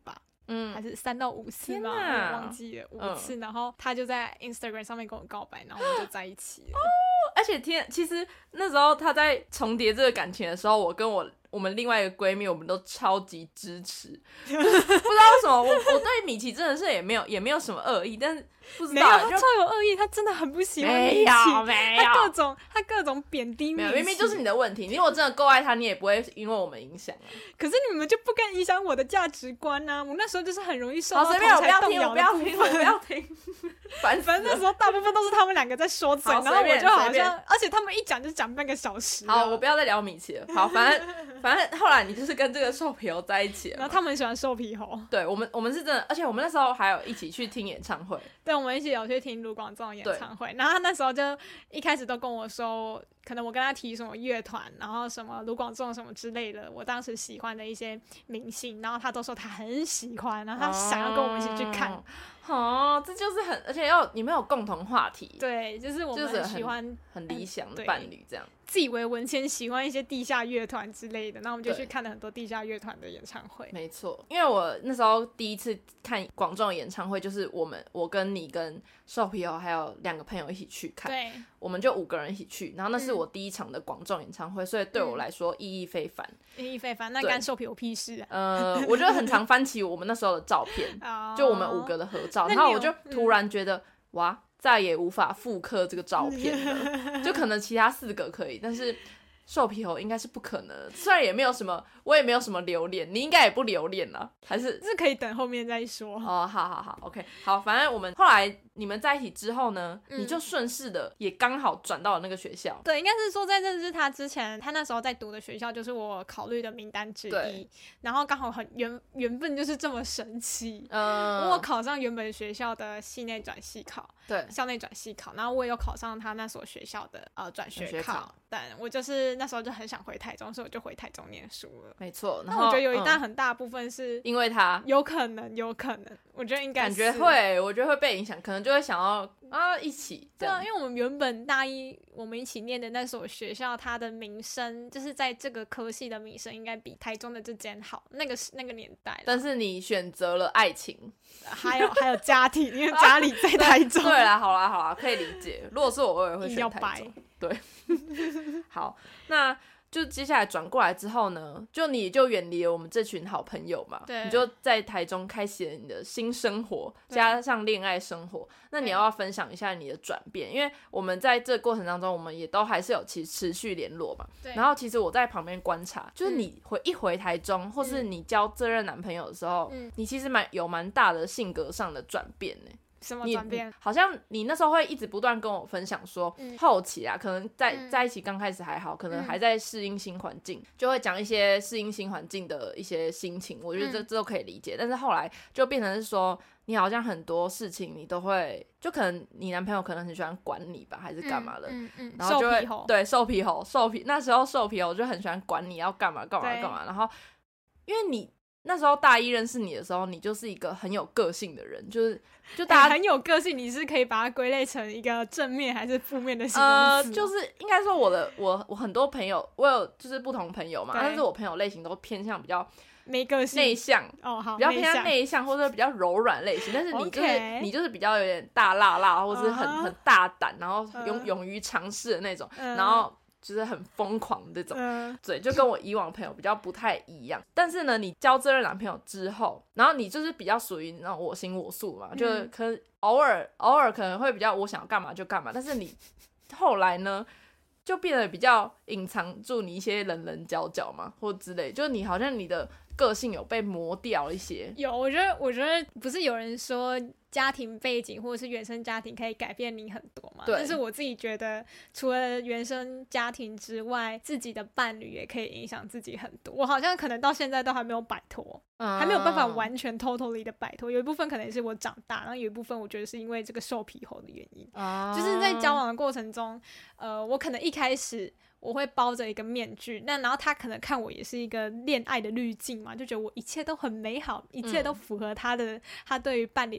[SPEAKER 2] 嗯，还是三到五次嘛，我忘记了五次、嗯，然后他就在 Instagram 上面跟我告白，然后我们就在一起了。哦，
[SPEAKER 1] 而且天，其实那时候他在重叠这个感情的时候，我跟我我们另外一个闺蜜，我们都超级支持，不知道为什么，我我对米奇真的是也没有也没有什么恶意，但是不知道
[SPEAKER 2] 没有，他超有恶意，他真的很不喜欢米奇，
[SPEAKER 1] 没有没有，
[SPEAKER 2] 他各种他各种贬低米奇，
[SPEAKER 1] 没有，明明就是你的问题，你如果真的够爱他，你也不会因为我们影响啊。
[SPEAKER 2] 可是你们就不该影响我的价值观啊！我那时候就是很容易受到
[SPEAKER 1] 同才动摇的部分。我不要听，我不要听，烦死了。
[SPEAKER 2] 反正那时候大部分都是他们两个在说嘴，然后我就好像，而且他们一讲就讲半个小时。
[SPEAKER 1] 好，我不要再聊米奇了。好，反正反正后来你就是跟这个瘦皮猴在一起了，
[SPEAKER 2] 然后他们很喜欢瘦皮猴。
[SPEAKER 1] 对，我们我们是真的，而且我们那时候还有一起去听演唱会。
[SPEAKER 2] 对，我们一起有去听卢广仲的演唱会，然后他那时候就一开始都跟我说，可能我跟他提什么乐团，然后什么卢广仲什么之类的，我当时喜欢的一些明星，然后他都说他很喜欢，然后他想要跟我们一起去看。
[SPEAKER 1] 哦，这就是很，而且又你们有共同话题。
[SPEAKER 2] 对，就是我们很喜欢、
[SPEAKER 1] 就是、很, 很理想的伴侣这样。
[SPEAKER 2] 自以为文谦喜欢一些地下乐团之类的，那我们就去看了很多地下乐团的演唱会。
[SPEAKER 1] 没错，因为我那时候第一次看广众的演唱会，就是我们我跟你跟瘦皮猴还有两个朋友一起去看，
[SPEAKER 2] 对，
[SPEAKER 1] 我们就五个人一起去，然后那是我第一场的广众演唱会、嗯，所以对我来说意义非凡。
[SPEAKER 2] 意义非凡，那干瘦皮猴屁事啊！
[SPEAKER 1] 呃，我就很常翻起我们那时候的照片，就我们五个的合照，然后我就突然觉得、嗯、哇，再也无法复刻这个照片了，就可能其他四个可以，但是。瘦皮猴应该是不可能的，虽然也没有什么，我也没有什么留恋，你应该也不留恋啦，还是
[SPEAKER 2] 是可以等后面再说。
[SPEAKER 1] 哦，好好好 ，OK， 好，反正我们后来你们在一起之后呢，嗯、你就顺势的也刚好转到了那个学校。
[SPEAKER 2] 对，应该是说在认识他之前，他那时候在读的学校就是我考虑的名单之一，然后刚好很缘缘分就是这么神奇，嗯，我考上原本学校的系内转系考，
[SPEAKER 1] 对，
[SPEAKER 2] 校内转系考，然后我也有考上他那所学校的呃转学考，但我就是那时候就很想回台中，所以我就回台中念书了。
[SPEAKER 1] 没错，
[SPEAKER 2] 那我觉得有一大很大部分是、
[SPEAKER 1] 嗯、因为他，
[SPEAKER 2] 有可能，有可能，我觉得应该是
[SPEAKER 1] 感觉会，我觉得会被影响，可能就会想要啊一起。
[SPEAKER 2] 对啊，因为我们原本大一我们一起念的那所学校，它的名声就是在这个科系的名声应该比台中的这间好，那个那个年代。但
[SPEAKER 1] 是你选择了爱情，
[SPEAKER 2] 还有还有家庭，因为家里在台中。
[SPEAKER 1] 对啦，好啦好啦，可以理解。如果是我，我也会选台中。对，好，那就接下来转过来之后呢，就你就远离了我们这群好朋友嘛，
[SPEAKER 2] 对，
[SPEAKER 1] 你就在台中开启了你的新生活，加上恋爱生活。那你要不要分享一下你的转变？因为我们在这个过程当中，我们也都还是有其持续联络嘛。
[SPEAKER 2] 对。
[SPEAKER 1] 然后其实我在旁边观察，就是你回、嗯、一回台中，或是你交这任男朋友的时候，嗯、你其实蛮有蛮大的性格上的转变呢。
[SPEAKER 2] 什么转变？
[SPEAKER 1] 好像你那时候会一直不断跟我分享说、嗯、后期啊可能在、嗯、在一起刚开始还好，可能还在适应新环境、嗯、就会讲一些适应新环境的一些心情，我觉得这、嗯、这都可以理解。但是后来就变成是说你好像很多事情你都会，就可能你男朋友可能很喜欢管你吧，还是干嘛的，
[SPEAKER 2] 嗯嗯嗯、
[SPEAKER 1] 然后就会
[SPEAKER 2] 瘦皮猴，
[SPEAKER 1] 对，瘦皮猴瘦皮那时候瘦皮猴就很喜欢管你要干嘛干嘛干嘛，然后因为你那时候大一认识你的时候，你就是一个很有个性的人，就是就大家、
[SPEAKER 2] 欸、很有个性，你是可以把它归类成一个正面还是负面的形容词？
[SPEAKER 1] 呃，就是应该说我的我我很多朋友，我有就是不同朋友嘛，但是我朋友类型都偏向比较
[SPEAKER 2] 没个性、
[SPEAKER 1] 内向
[SPEAKER 2] 哦，好，
[SPEAKER 1] 比较偏向内向或者比较柔软类型，但是你就是、okay. 你就是比较有点大辣辣，或是很、uh-huh. 很大胆，然后勇、uh-huh. 勇于尝试的那种， uh-huh. 然后。就是很疯狂的这种、嗯，对，就跟我以往朋友比较不太一样。但是呢，你交这任男朋友之后，然后你就是比较属于那种我行我素嘛，嗯、就可能偶尔偶尔可能会比较我想要干嘛就干嘛。但是你后来呢，就变得比较隐藏住你一些棱棱角角嘛，或之类，就是你好像你的个性有被磨掉一些。
[SPEAKER 2] 有，我觉得，我觉得不是有人说。家庭背景或者是原生家庭可以改变你很多嘛？但是我自己觉得，除了原生家庭之外，自己的伴侣也可以影响自己很多。我好像可能到现在都还没有摆脱、嗯，还没有办法完全 totally 的摆脱。有一部分可能也是我长大，然后有一部分我觉得是因为这个瘦皮猴的原因、嗯，就是在交往的过程中，呃，我可能一开始。我会包着一个面具，那然后他可能看我也是一个恋爱的滤镜嘛，就觉得我一切都很美好，一切都符合他的、嗯、他对于伴侣的期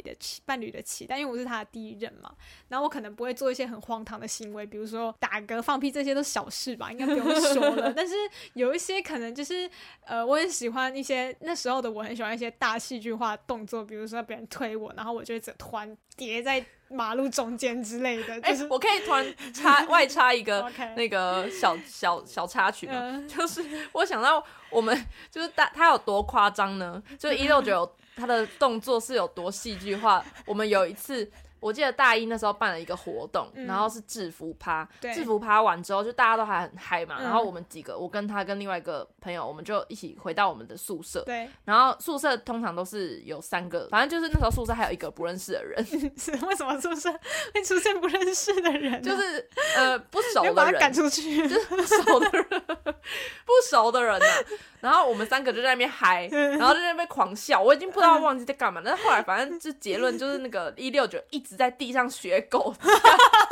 [SPEAKER 2] 伴侣的期待，因为我是他的第一任嘛，然后我可能不会做一些很荒唐的行为，比如说打嗝、放屁，这些都小事吧，应该不用说了。但是有一些可能就是呃，我很喜欢一些那时候的我很喜欢一些大戏剧化的动作，比如说别人推我，然后我就会突然叠在马路中间之类的。就是、
[SPEAKER 1] 欸、我可以突然插外插一个
[SPEAKER 2] okay.
[SPEAKER 1] 那个小小小插曲吗？
[SPEAKER 2] 嗯、
[SPEAKER 1] 就是我想到我们就是大他有多夸张呢？就一六九他的动作是有多戏剧化。我们有一次。我记得大一那时候办了一个活动、嗯、然后是制服趴，制服趴完之后就大家都还很嗨嘛、嗯、然后我们几个我跟他跟另外一个朋友我们就一起回到我们的宿舍，
[SPEAKER 2] 对，
[SPEAKER 1] 然后宿舍通常都是有三个，反正就是那时候宿舍还有一个不认识的人
[SPEAKER 2] 是为什么宿舍会出现不认识的人、啊、
[SPEAKER 1] 就是呃不熟的人，
[SPEAKER 2] 要把他赶出去，
[SPEAKER 1] 就是不熟的人不熟的人啊，然后我们三个就在那边嗨，然后就在那边狂笑，我已经不知道忘记在干嘛，但是后来反正就结论就是那个一六九一直在地上学狗就一直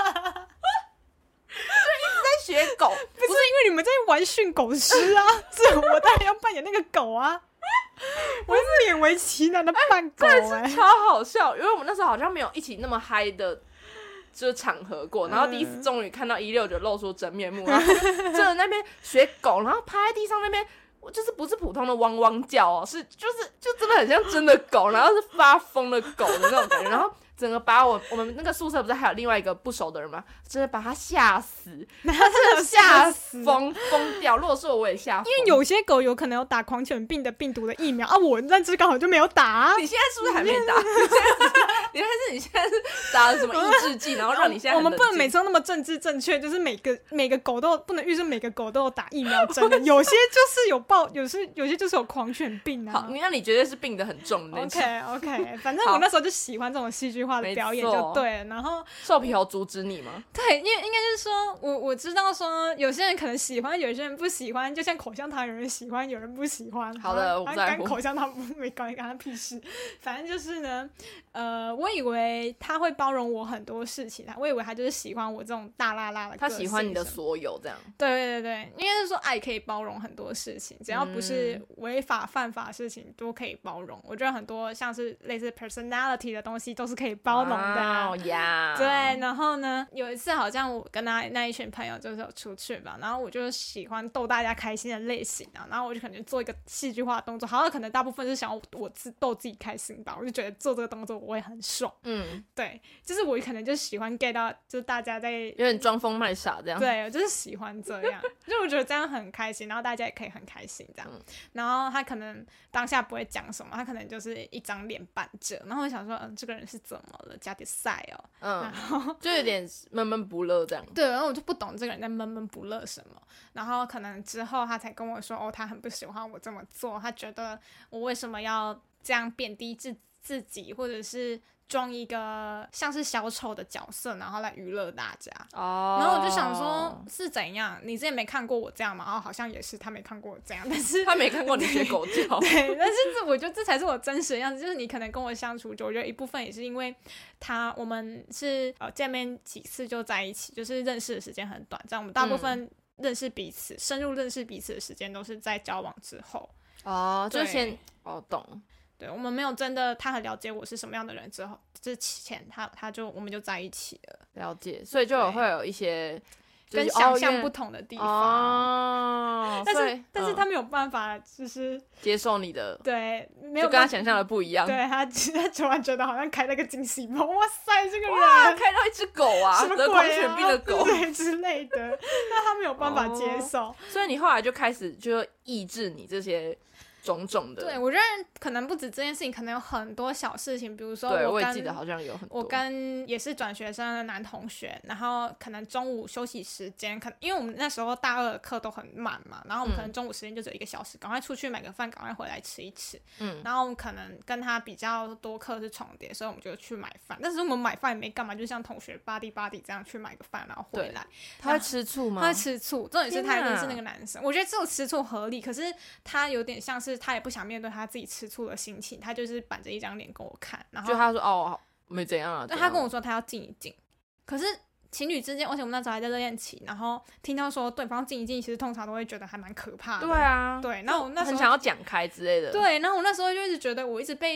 [SPEAKER 1] 在学狗，
[SPEAKER 2] 不是因为你们在玩训狗师啊是我当然要扮演那个狗啊我是勉为其难的扮狗、欸
[SPEAKER 1] 欸、超好笑，因为我们那时候好像没有一起那么嗨的就是场合过，然后第一次终于看到一六九露出真面目，然后真的那边学狗，然后趴在地上那边就是不是普通的汪汪叫哦，是就是就真的很像真的狗，然后是发疯的狗的那种感觉，然后整个把我我们那个宿舍不是还有另外一个不熟的人吗？真的把他吓死，他真的吓疯疯掉。如果是我，我也吓疯。
[SPEAKER 2] 因为有些狗有可能有打狂犬病的病毒的疫苗啊，我那只刚好就没有打、啊。
[SPEAKER 1] 你现在是不是还没打？你现在是你现在是打了什么抑制剂，然后让你现在很冷静？
[SPEAKER 2] 我们不能每次都那么政治正确，就是每个每个狗都有不能预设每个狗都有打疫苗针的，有些就是有报，有些有些就是有狂犬病啊。
[SPEAKER 1] 好，那你绝对是病得很重的那种。
[SPEAKER 2] OK OK， 反正我那时候就喜欢这种戏剧化的表演就对了。然后
[SPEAKER 1] 瘦皮猴阻止你吗？
[SPEAKER 2] 对，因为应该就是说我我知道说有些人可能喜欢，有些人不喜欢，就像口香糖，有人喜欢，有人不喜欢。
[SPEAKER 1] 好的，我不在乎。
[SPEAKER 2] 干口香糖没关系，干他屁事。反正就是呢，呃，我以为他会包容我很多事情，我以为他就是喜欢我这种大辣辣的个性，
[SPEAKER 1] 他喜欢你的所有这样。
[SPEAKER 2] 对对对对，应该是说爱可以包容很多事情，只要不是违法犯法的事情都可以包容。我觉得很多像是类似 personality 的东西都是可以包容的。
[SPEAKER 1] Oh, yeah.
[SPEAKER 2] 对，然后呢，有一次好像我跟他那一群朋友就是有出去吧，然后我就喜欢逗大家开心的类型啊，然后我就可能做一个戏剧化的动作，好像可能大部分是想要我自逗自己开心吧，我就觉得做这个动作我会很爽。嗯，对，就是我可能就喜欢 get 到，就是大家在
[SPEAKER 1] 有点装疯卖傻这样。
[SPEAKER 2] 对，我就是喜欢这样，就我觉得这样很开心，然后大家也可以很开心这样。嗯、然后他可能当下不会讲什么，他可能就是一张脸板着，然后我想说，嗯，这个人是怎么了？加点赛哦，嗯，然后
[SPEAKER 1] 就有点闷闷不乐这样。
[SPEAKER 2] 对，然后我就不懂这个人在闷闷不乐什么，然后可能之后他才跟我说，哦，他很不喜欢我这么做，他觉得我为什么要这样贬低自自己，或者是装一个像是小丑的角色，然后来娱乐大家。哦、oh. 然后我就想说，是怎样？你之前没看过我这样吗？哦，好像也是，他没看过我这样，但是
[SPEAKER 1] 他没看过你学狗叫。
[SPEAKER 2] 对，但是这我觉得这才是我真实的样子。就是你可能跟我相处久，我觉得一部分也是因为他，我们是呃见面几次就在一起，就是认识的时间很短暂。我们大部分认识彼此、嗯、深入认识彼此的时间都是在交往之后。
[SPEAKER 1] 哦，就先哦懂。
[SPEAKER 2] 对，我们没有真的他很了解我是什么样的人之后之前他他就我们就在一起了。
[SPEAKER 1] 了解，所以就有会有一些、就是、
[SPEAKER 2] 跟想象不同的地方。
[SPEAKER 1] 哦，
[SPEAKER 2] 但是、嗯、但是他没有办法就是
[SPEAKER 1] 接受你的，
[SPEAKER 2] 对，没有
[SPEAKER 1] 就跟他想象的不一样。
[SPEAKER 2] 对，他他突然觉得好像开了个惊喜包，哇塞，这个人
[SPEAKER 1] 哇开到一只狗啊，
[SPEAKER 2] 什么鬼啊，
[SPEAKER 1] 得狂犬病的狗
[SPEAKER 2] 对之类的，那他没有办法接受、哦、
[SPEAKER 1] 所以你后来就开始就抑制你这些种种的。
[SPEAKER 2] 对，我觉得可能不止这件事情，可能有很多小事情，比如说我跟
[SPEAKER 1] 对我也记得好像有很多，
[SPEAKER 2] 我跟也是转学生的男同学，然后可能中午休息时间，可能因为我们那时候大二的课都很满嘛，然后我们可能中午时间就只有一个小时，赶、嗯、快出去买个饭，赶快回来吃一吃。嗯，然后我们可能跟他比较多课是重叠，所以我们就去买饭。但是我们买饭也没干嘛，就像同学 buddy buddy 这样去买个饭，然后回来。
[SPEAKER 1] 他会吃醋吗？
[SPEAKER 2] 他会吃醋，重点是他一定是那个男生。我觉得这种吃醋合理，可是他有点像是他也不想面对他自己吃醋的心情，他就是板着一张脸跟我看，然后
[SPEAKER 1] 就他说哦没怎样啊，
[SPEAKER 2] 对，他跟我说他要静一静，可是情侣之间，而且我们那时候还在热恋期，然后听到说对方静一静，其实通常都会觉得还蛮可怕的。
[SPEAKER 1] 对啊，
[SPEAKER 2] 对，然后我那时候
[SPEAKER 1] 很想要讲开之类的。
[SPEAKER 2] 对，然后我那时候就一直觉得我一直被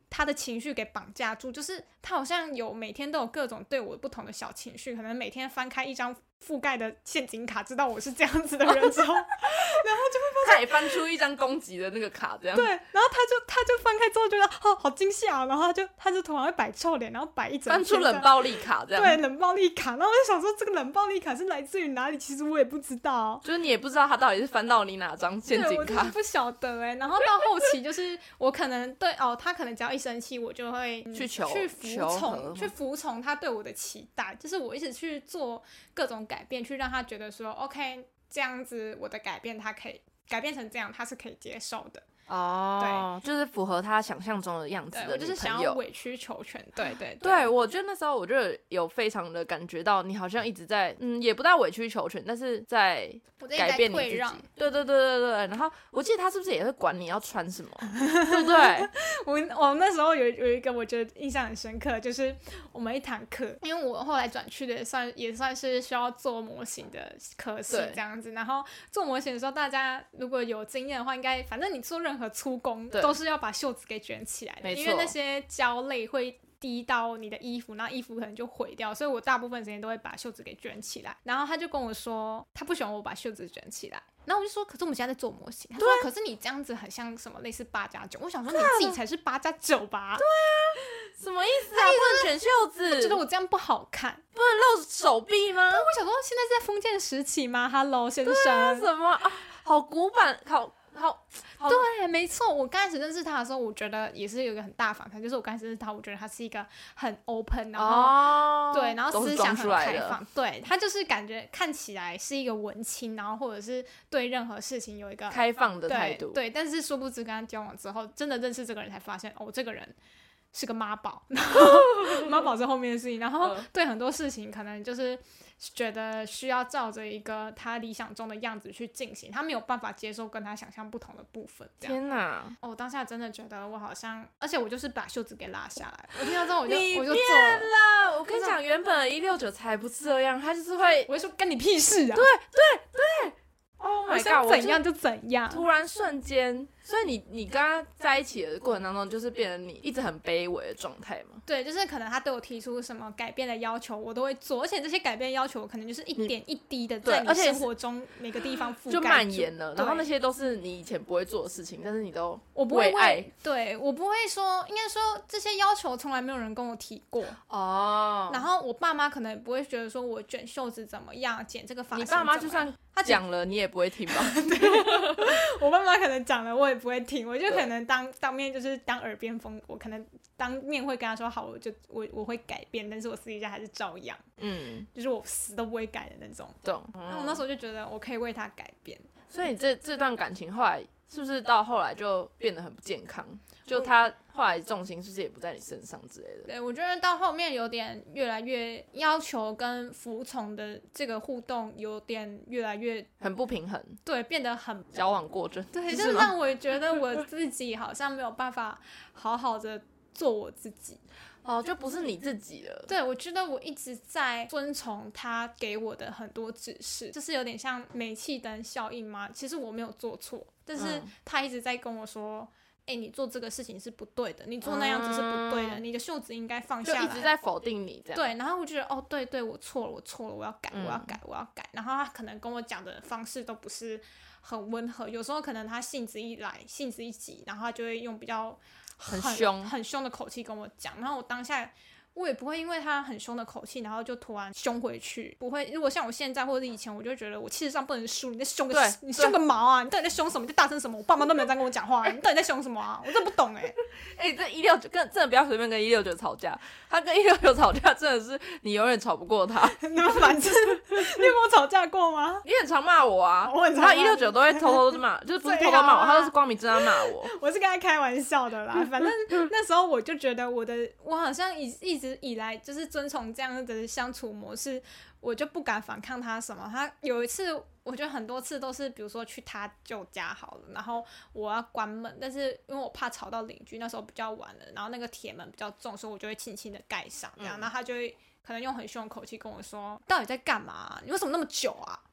[SPEAKER 2] 他的情绪给绑架住，就是他好像有每天都有各种对我不同的小情绪，可能每天翻开一张覆盖的陷阱卡，知道我是这样子的人之后，然后就会
[SPEAKER 1] 他也翻出一张攻击的那个卡，这样
[SPEAKER 2] 对，然后他就他就翻开之后觉得哦好惊吓、哦，然后他就他就突然会摆臭脸，然后摆一整
[SPEAKER 1] 翻出冷暴力卡这样，
[SPEAKER 2] 对，冷暴力卡，然后我就想说这个冷暴力卡是来自于哪里，其实我也不知道，
[SPEAKER 1] 就是你也不知道他到底是翻到你哪张陷阱卡，
[SPEAKER 2] 对我真的不晓得哎。然后到后期就是我可能对哦，他可能只要一生气，我就会、嗯、
[SPEAKER 1] 去求
[SPEAKER 2] 去服从，去服从他对我的期待，就是我一直去做各种改变，去让他觉得说 OK 这样子我的改变他可以改变成这样，他是可以接受的。
[SPEAKER 1] 哦，对，就是符合他想象中的样子的女朋友。
[SPEAKER 2] 对，我就是想要委曲求全。对对
[SPEAKER 1] 对, 对，我觉得那时候我就有非常的感觉到，你好像一直在，嗯，也不大委曲求全，但是在改变你自己。对对对对对。然后我记得他是不是也会管你要穿什么，对不对？
[SPEAKER 2] 我我那时候有有一个我觉得印象很深刻，就是我们一堂课，因为我后来转去的算也算是需要做模型的科系这样子，然后做模型的时候，大家如果有经验的话，应该反正你做任何粗工都是要把袖子给卷起来的，因为那些胶类会滴到你的衣服，然后衣服可能就毁掉，所以我大部分时间都会把袖子给卷起来。然后他就跟我说他不喜欢我把袖子卷起来，然后我就说可是我们现在在做模型，他说可是你这样子很像什么类似八加九，我想说你自己才是八加九吧。对
[SPEAKER 1] 啊，什么意思啊？不能卷袖子，
[SPEAKER 2] 他觉得我这样不好看，
[SPEAKER 1] 不能露手臂吗？
[SPEAKER 2] 对，我想说现在是在封建时期吗 Hello 先生、
[SPEAKER 1] 啊、什么啊，好古板，好好好，
[SPEAKER 2] 对，没错。我刚开始认识他的时候，我觉得也是有一个很大反差，就是我刚开始认识他，我觉得他是一个很 open， 然后、哦、对，然后思想很开放，对，他就是感觉看起来是一个文青，然后或者是对任何事情有一个
[SPEAKER 1] 开放的态度，
[SPEAKER 2] 对，对。但是殊不知跟他交往之后，真的认识这个人才发现，哦，这个人是个妈宝，妈宝是后面的事情，然后对很多事情可能就是觉得需要照着一个他理想中的样子去进行，他没有办法接受跟他想象不同的部分。
[SPEAKER 1] 天哪！
[SPEAKER 2] 哦，我当下真的觉得我好像，而且我就是把袖子给拉下来，我听到之后我就
[SPEAKER 1] 你
[SPEAKER 2] 我就做
[SPEAKER 1] 了。我跟你讲，原本一六九才不这样，他就是会，
[SPEAKER 2] 我会说干你屁事啊！
[SPEAKER 1] 对对对。Oh my god！
[SPEAKER 2] 我想怎样就怎样，
[SPEAKER 1] 突然瞬间，所以你你跟他在一起的过程当中，就是变成你一直很卑微的状态吗？
[SPEAKER 2] 对，就是可能他对我提出什么改变的要求，我都会做，而且这些改变要求可能就是一点一滴的在你生活中每个地方覆盖
[SPEAKER 1] 就蔓延了，然后那些都是你以前不会做的事情，但是你都
[SPEAKER 2] 我不会为对我不会说，应该说这些要求从来没有人跟我提过哦。然后我爸妈可能也不会觉得说我卷袖子怎么样，剪这个发型怎么样，
[SPEAKER 1] 你爸妈就算他讲了，你也不会听吧？
[SPEAKER 2] 我爸妈可能讲了，我也不会听，我就可能当当面就是当耳边风，我可能当面会跟他说好，我就我我会改变，但是我私底下还是照样，嗯，就是我死都不会改的那种。懂。那、嗯、我那时候就觉得我可以为他改变，
[SPEAKER 1] 所以这这段感情后来是不是到后来就变得很不健康？就他后来重心是不是也不在你身上之类的？
[SPEAKER 2] 对，我觉得到后面有点越来越要求跟服从的这个互动有点越来越
[SPEAKER 1] 很不平衡，
[SPEAKER 2] 对，变得很
[SPEAKER 1] 矫枉过正，
[SPEAKER 2] 对，就让我觉得我自己好像没有办法好好的做我自己。
[SPEAKER 1] 哦，就不是你自己了。
[SPEAKER 2] 对，我觉得我一直在遵从他给我的很多指示，就是有点像煤气灯效应嘛。其实我没有做错，但是他一直在跟我说，哎、欸，你做这个事情是不对的，你做那样子是不对的，嗯、你的袖子应该放下来。
[SPEAKER 1] 就一直在否定你这样。
[SPEAKER 2] 对，然后我就觉得，哦，对对，我错了，我错了，我要改，我要改，我要改。然后他可能跟我讲的方式都不是很温和，有时候可能他性子一来，性子一急，然后他就会用比较
[SPEAKER 1] 很凶、
[SPEAKER 2] 很凶的口气跟我讲，然后我当下。我也不会因为他很凶的口气，然后就突然凶回去。不会，如果像我现在或者以前，我就会觉得我气势上不能输，你在凶个你凶个毛啊！你到底在凶什么？你在大声什么？我爸妈都没有这样跟我讲话、啊，你到底在凶什么啊？我真的不懂哎、欸！
[SPEAKER 1] 哎、欸，这一六九跟真的不要随便跟一六九吵架，他跟一六九吵架真的是你永远吵不过他。
[SPEAKER 2] 你们反正你有跟我吵架过吗？
[SPEAKER 1] 你很常骂我啊，
[SPEAKER 2] 我很常
[SPEAKER 1] 骂一六九都会偷偷的骂，就是不是偷偷骂我，他都是光明正大骂我。
[SPEAKER 2] 我是跟他开玩笑的啦，反正那时候我就觉得我的我好像一一直以来就是。遵从这样的相处模式，我就不敢反抗他什么。他有一次，我觉得很多次都是，比如说去他舅家好了，然后我要关门，但是因为我怕吵到邻居，那时候比较晚了，然后那个铁门比较重，所以我就会轻轻的盖上，这样，嗯、然后他就会可能用很凶的口气跟我说：“到底在干嘛？你为什么那么久啊？”就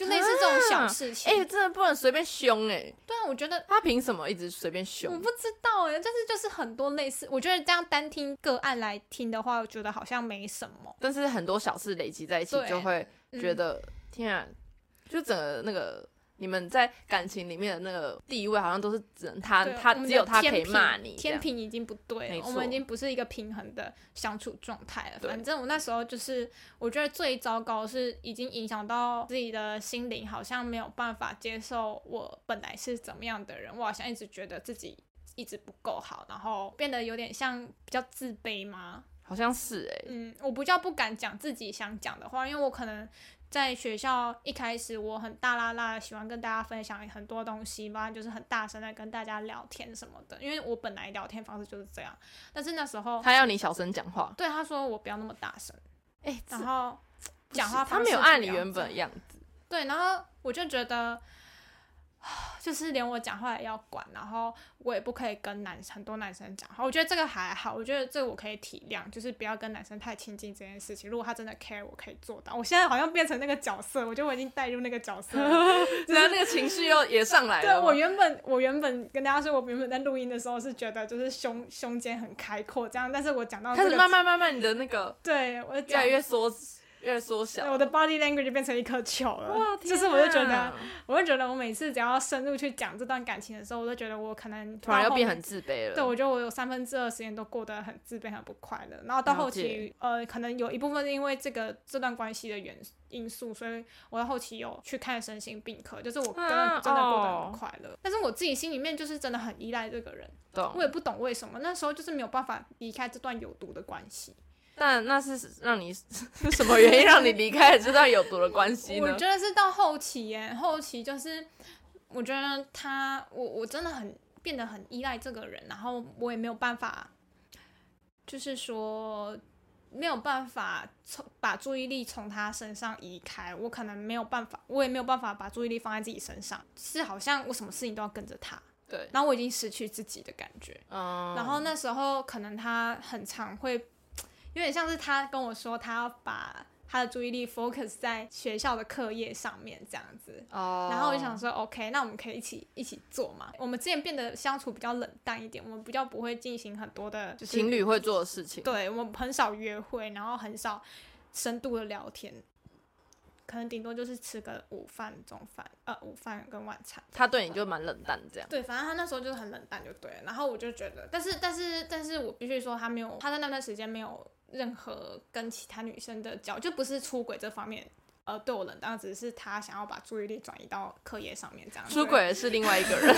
[SPEAKER 2] 就类似这种小事情。
[SPEAKER 1] 哎、欸，真的不能随便凶哎、欸。
[SPEAKER 2] 对啊，我觉得
[SPEAKER 1] 他凭什么一直随便凶？
[SPEAKER 2] 我不知道哎、欸，但是就是很多类似，我觉得这样单听个案来听的话，我觉得好像没什么。
[SPEAKER 1] 但是很多小事累积在一起，就会觉得、嗯、天啊，就整个那个。你们在感情里面的那个地位，好像都是只能他，他只有他可以骂你。
[SPEAKER 2] 天平已经不对了，我们已经不是一个平衡的相处状态了。反正我那时候就是，我觉得最糟糕的是已经影响到自己的心灵，好像没有办法接受我本来是怎么样的人。我好像一直觉得自己一直不够好，然后变得有点像比较自卑吗？
[SPEAKER 1] 好像是哎、欸，
[SPEAKER 2] 嗯，我比较不敢讲自己想讲的话，因为我可能。在学校一开始我很大啦啦喜欢跟大家分享很多东西吧，就是很大声的跟大家聊天什么的，因为我本来聊天方式就是这样。但是那时候
[SPEAKER 1] 他要你小声讲话，
[SPEAKER 2] 对，他说我不要那么大声，
[SPEAKER 1] 哎、欸，
[SPEAKER 2] 然后讲话方式
[SPEAKER 1] 他没有按你原本的样子，
[SPEAKER 2] 对，然后我就觉得。就是连我讲话也要管，然后我也不可以跟男很多男生讲话。我觉得这个还好，我觉得这个我可以体谅，就是不要跟男生太亲近这件事情。如果他真的 care， 我可以做到。我现在好像变成那个角色，我觉得我已经带入那个角色了，
[SPEAKER 1] 然后那个情绪又也上来了。
[SPEAKER 2] 对，我原本我原本跟大家说，我原本在录音的时候是觉得就是胸胸间很开阔这样，但是我讲到、这个、
[SPEAKER 1] 开始慢慢慢慢你的那个
[SPEAKER 2] 对我
[SPEAKER 1] 越来越缩。越缩小，
[SPEAKER 2] 我的 body language 就变成一颗球了。哇，就是我就觉得，我就觉得我每次只要深入去讲这段感情的时候，我都觉得我可能
[SPEAKER 1] 突然又变很自卑了。
[SPEAKER 2] 对，我觉得我有三分之二时间都过得很自卑、很不快乐。然后到后期，呃，可能有一部分是因为这个这段关系的原因素，所以我到后期有去看身心病科，就是我真的真的过得很不快乐、啊哦。但是我自己心里面就是真的很依赖这个人，我也不懂为什么那时候就是没有办法离开这段有毒的关系。
[SPEAKER 1] 但那是让你什么原因让你离开了这段有毒的关系呢？
[SPEAKER 2] 我觉得是到后期耶，后期就是我觉得他，我我真的很变得很依赖这个人，然后我也没有办法，就是说没有办法从把注意力从他身上移开，我可能没有办法，我也没有办法把注意力放在自己身上，是好像我什么事情都要跟着他。
[SPEAKER 1] 对，
[SPEAKER 2] 然后我已经失去自己的感觉。
[SPEAKER 1] 嗯，
[SPEAKER 2] 然后那时候可能他很常会。有点像是他跟我说，他要把他的注意力 focus 在学校的课业上面这样子。哦、oh. 。然后我就想说 ，OK， 那我们可以一起一起做嘛。我们之前变得相处比较冷淡一点，我们比较不会进行很多的，就是
[SPEAKER 1] 情侣会做的事情。
[SPEAKER 2] 对，我们很少约会，然后很少深度的聊天，可能顶多就是吃个午饭、中饭，呃，午饭跟晚餐。
[SPEAKER 1] 他对你就蛮冷淡这样。
[SPEAKER 2] 对，反正他那时候就是很冷淡就对了。然后我就觉得，但是但是但是我必须说，他没有，他在那段时间没有。任何跟其他女生的交就不是出轨这方面，呃，对我冷淡，只是他想要把注意力转移到课业上面这样。
[SPEAKER 1] 出轨是另外一个人。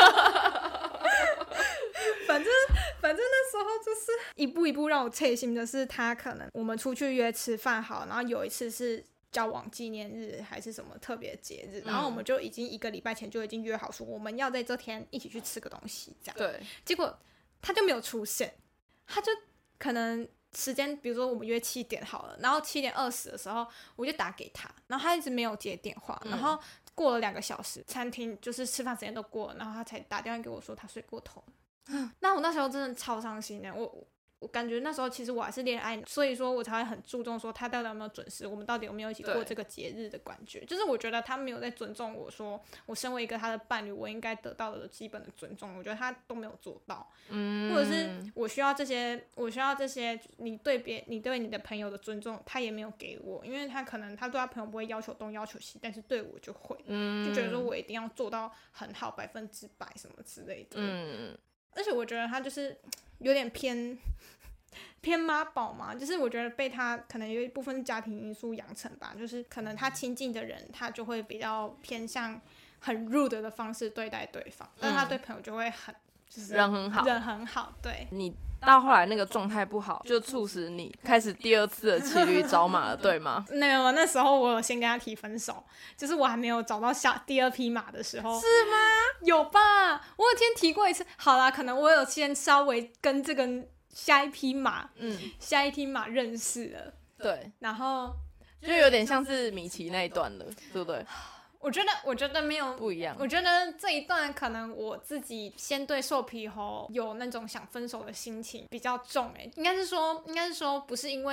[SPEAKER 2] 反正反正那时候就是一步一步让我切心的是，他可能我们出去约吃饭好，然后有一次是交往纪念日还是什么特别节日、嗯，然后我们就已经一个礼拜前就已经约好说我们要在这天一起去吃个东西这样。
[SPEAKER 1] 对。
[SPEAKER 2] 结果他就没有出现，他就可能。时间，比如说我们约七点好了，然后七点二十的时候，我就打给他，然后他一直没有接电话，然后过了两个小时，餐厅就是吃饭时间都过了，然后他才打电话给我说他睡过头了。那我那时候真的超伤心的，我我感觉那时候其实我还是恋爱，所以说我才会很注重说他到底有没有准时，我们到底有没有一起过这个节日的感觉。就是我觉得他没有在尊重我说，我身为一个他的伴侣，我应该得到的基本的尊重，我觉得他都没有做到。嗯，或者是我需要这些，我需要这些，你对别你对你的朋友的尊重，他也没有给我，因为他可能他对他朋友不会要求东要求西，但是对我就会，嗯，就觉得说我一定要做到很好，百分之百什么之类的。嗯，而且我觉得他就是有点偏。偏妈宝嘛，就是我觉得被他可能有一部分是家庭因素养成吧，就是可能他亲近的人，他就会比较偏向很 rude 的方式对待对方，但是他对朋友就会很就是
[SPEAKER 1] 人很好，
[SPEAKER 2] 人很好。对，
[SPEAKER 1] 你到后来那个状态不好，就促使你开始第二次的骑驴找马了，对吗？
[SPEAKER 2] 没有，那时候我有先跟他提分手，就是我还没有找到下第二匹马的时候。
[SPEAKER 1] 是吗？
[SPEAKER 2] 有吧，我有先提过一次。好啦，可能我有先稍微跟这个。下一匹马，嗯，下一匹马认识了，
[SPEAKER 1] 对，
[SPEAKER 2] 然后
[SPEAKER 1] 就有点像是米奇那一段了，对不对？
[SPEAKER 2] 我觉得，我觉得没有
[SPEAKER 1] 不一样。
[SPEAKER 2] 我觉得这一段可能我自己先对瘦皮猴有那种想分手的心情比较重，哎，应该是说，应该是说，不是因为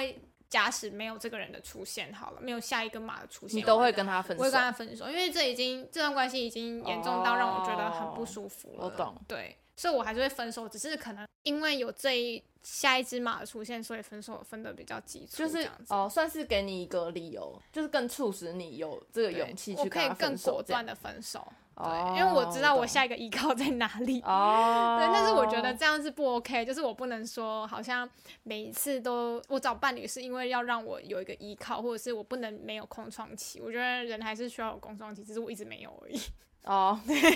[SPEAKER 2] 假使没有这个人的出现好了，没有下一个码的出现，
[SPEAKER 1] 你都会跟他分手？
[SPEAKER 2] 我会跟他分手，因为这已经这段关系已经严重到让我觉得很不舒服了。
[SPEAKER 1] 哦、我懂，
[SPEAKER 2] 对，所以我还是会分手，只是可能因为有这一下一只马的出现，所以分手分的比较急促，
[SPEAKER 1] 就是哦，算是给你一个理由，就是更促使你有这个勇气去跟他分手，
[SPEAKER 2] 我可以更果断的分手。对、
[SPEAKER 1] 哦，
[SPEAKER 2] 因为我知道我下一个依靠在哪里。
[SPEAKER 1] 哦，
[SPEAKER 2] 对，但是我觉得这样是不 OK， 就是我不能说好像每一次都我找伴侣是因为要让我有一个依靠，或者是我不能没有空窗期。我觉得人还是需要有空窗期，只是我一直没有而已。
[SPEAKER 1] 哦，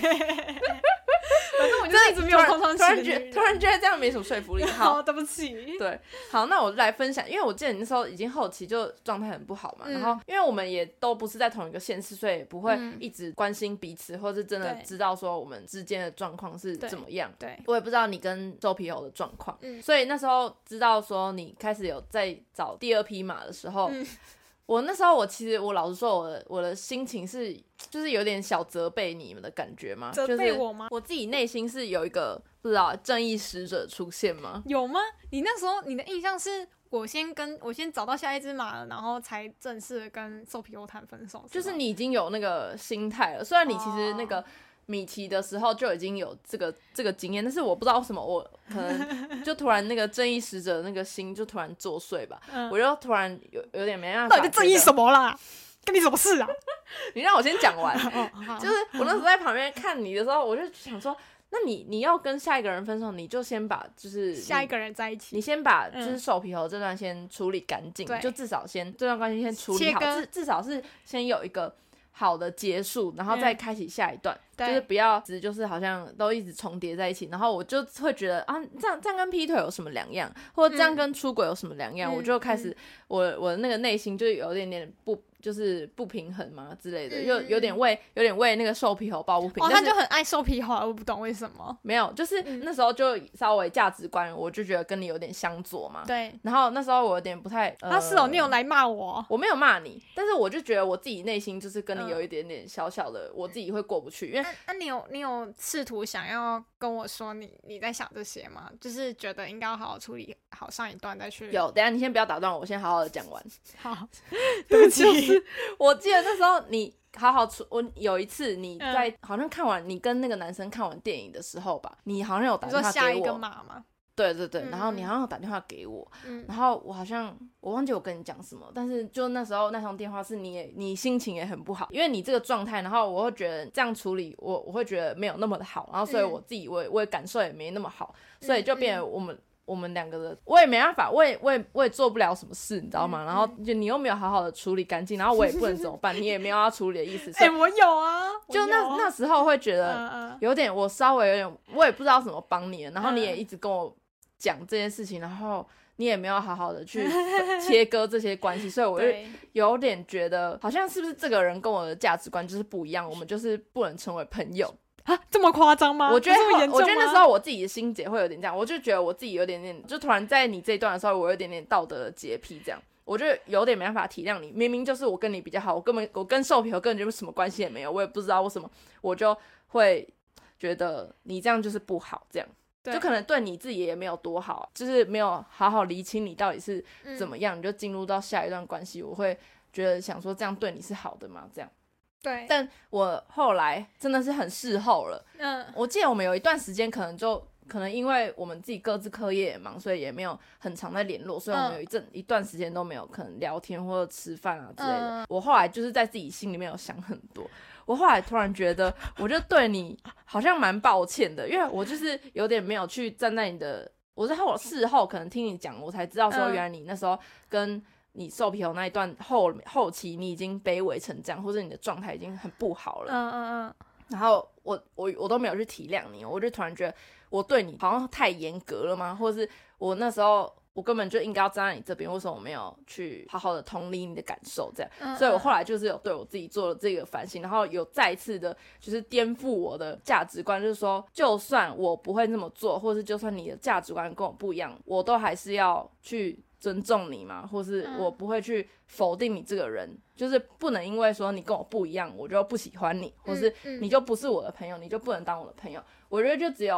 [SPEAKER 2] 反正我就是一直没有空窗期的女人。
[SPEAKER 1] 突然觉突然觉得这样没什么说服力。好，
[SPEAKER 2] 对不起。
[SPEAKER 1] 对，好，那我来分享，因为我记得你那时候已经后期就状态很不好嘛、嗯，然后因为我们也都不是在同一个县市，所以也不会一直关心彼此，嗯、或是真的知道说我们之间的状况是怎么样。
[SPEAKER 2] 对，
[SPEAKER 1] 我也不知道你跟周皮猴的状况、嗯，所以那时候知道说你开始有在找第二匹马的时候。嗯，我那时候，我其实我老实说，我的我的心情是，就是有点小责备你们的感觉吗？
[SPEAKER 2] 责备我吗？
[SPEAKER 1] 就是、我自己内心是有一个不知道正义使者出现吗？
[SPEAKER 2] 有吗？你那时候你的印象是我先跟我先找到下一只马了，然后才正式的跟瘦皮猴谈分手，
[SPEAKER 1] 就是你已经有那个心态了。虽然你其实那个。Oh.米奇的时候就已经有这个这个经验，但是我不知道为什么我可能就突然那个正义使者那个心就突然作祟吧、嗯，我就突然有有点没办法。
[SPEAKER 2] 到底正义什么啦？跟你什么事啊？
[SPEAKER 1] 你让我先讲完。就是我那时候在旁边看你的时候，我就想说，那你你要跟下一个人分手，你就先把就是
[SPEAKER 2] 下一个人在一起，
[SPEAKER 1] 你先把就是瘦皮猴这段先处理干净、嗯，就至少先这段关系先处理好，至至少是先有一个。好的结束，然后再开启下一段、嗯，就是不要只就是好像都一直重叠在一起，然后我就会觉得啊，这样这样跟劈腿有什么两样，或者这样跟出轨有什么两样、嗯，我就开始、嗯、我我的那个内心就有点点不就是不平衡嘛之类的，就、嗯、有点为有点为那个瘦皮猴抱不平。
[SPEAKER 2] 哦，他就很爱瘦皮猴，我不懂为什么。
[SPEAKER 1] 没有，就是那时候就稍微价值观，我就觉得跟你有点相左嘛。
[SPEAKER 2] 对。
[SPEAKER 1] 然后那时候我有点不太，呃、
[SPEAKER 2] 啊是哦，你有来骂我？
[SPEAKER 1] 我没有骂你，但是我就觉得我自己内心就是跟你有一点点小小的，嗯、我自己会过不去，因为
[SPEAKER 2] 那、啊啊、你有你有试图想要跟我说你你在想这些吗？就是觉得应该要好好处理好上一段再去。
[SPEAKER 1] 有，等一下你先不要打断我，我先好好的讲完。
[SPEAKER 2] 好，
[SPEAKER 1] 对不起。就是我记得那时候你好好处，我有一次你在、嗯、好像看完你跟那个男生看完电影的时候吧，你好像有打电话给我。
[SPEAKER 2] 你说下一个码吗？
[SPEAKER 1] 对对对、嗯，然后你好像有打电话给我、嗯，然后我好像我忘记我跟你讲什么，但是就那时候那通电话是你也你心情也很不好，因为你这个状态，然后我会觉得这样处理我我会觉得没有那么的好，然后所以我自己我也我也感受也没那么好，嗯、所以就变成我们。嗯我们两个的，我也没办法，我也我也我也做不了什么事，你知道吗？嗯、然后就你又没有好好的处理干净，然后我也不能怎么办，你也没有要处理的意思。
[SPEAKER 2] 哎、欸，我有啊，
[SPEAKER 1] 就那那时候会觉得有点，我稍微有点，我也不知道怎么帮你，然后你也一直跟我讲这件事情，然后你也没有好好的去切割这些关系，所以我就有点觉得，好像是不是这个人跟我的价值观就是不一样，我们就是不能成为朋友。
[SPEAKER 2] 啊，这么夸张吗？
[SPEAKER 1] 我觉得，我觉得那时候我自己的心结会有点这样，我就觉得我自己有点点，就突然在你这一段的时候，我有点点道德的洁癖，这样，我就有点没办法体谅你。明明就是我跟你比较好，我根本我跟瘦皮猴根本就什么关系也没有，我也不知道为什么，我就会觉得你这样就是不好，这样。就可能对你自己也没有多好，就是没有好好厘清你到底是怎么样，嗯、你就进入到下一段关系，我会觉得想说这样对你是好的吗？这样。
[SPEAKER 2] 对，
[SPEAKER 1] 但我后来真的是很事后了。嗯，我记得我们有一段时间可能就可能因为我们自己各自课业也忙，所以也没有很常在联络，所以我们有一阵、嗯、一段时间都没有可能聊天或者吃饭啊之类的、嗯。我后来就是在自己心里面有想很多，我后来突然觉得，我就对你好像蛮抱歉的，因为我就是有点没有去站在你的，我是后事後可能听你讲，我才知道说原来你那时候跟。你瘦皮猴那一段后后期，你已经卑微成这样，或者你的状态已经很不好了。嗯嗯嗯。然后我我我都没有去体谅你，我就突然觉得我对你好像太严格了吗？或者是我那时候我根本就应该要站在你这边，为什么我没有去好好的同理你的感受？这样，嗯嗯。所以我后来就是有对我自己做了这个反省，然后有再一次的，就是颠覆我的价值观，就是说，就算我不会这么做，或是就算你的价值观跟我不一样，我都还是要去。尊重你嘛，或是我不会去否定你这个人、嗯、就是不能因为说你跟我不一样我就不喜欢你、嗯、或是你就不是我的朋友、嗯、你就不能当我的朋友。我觉得就只有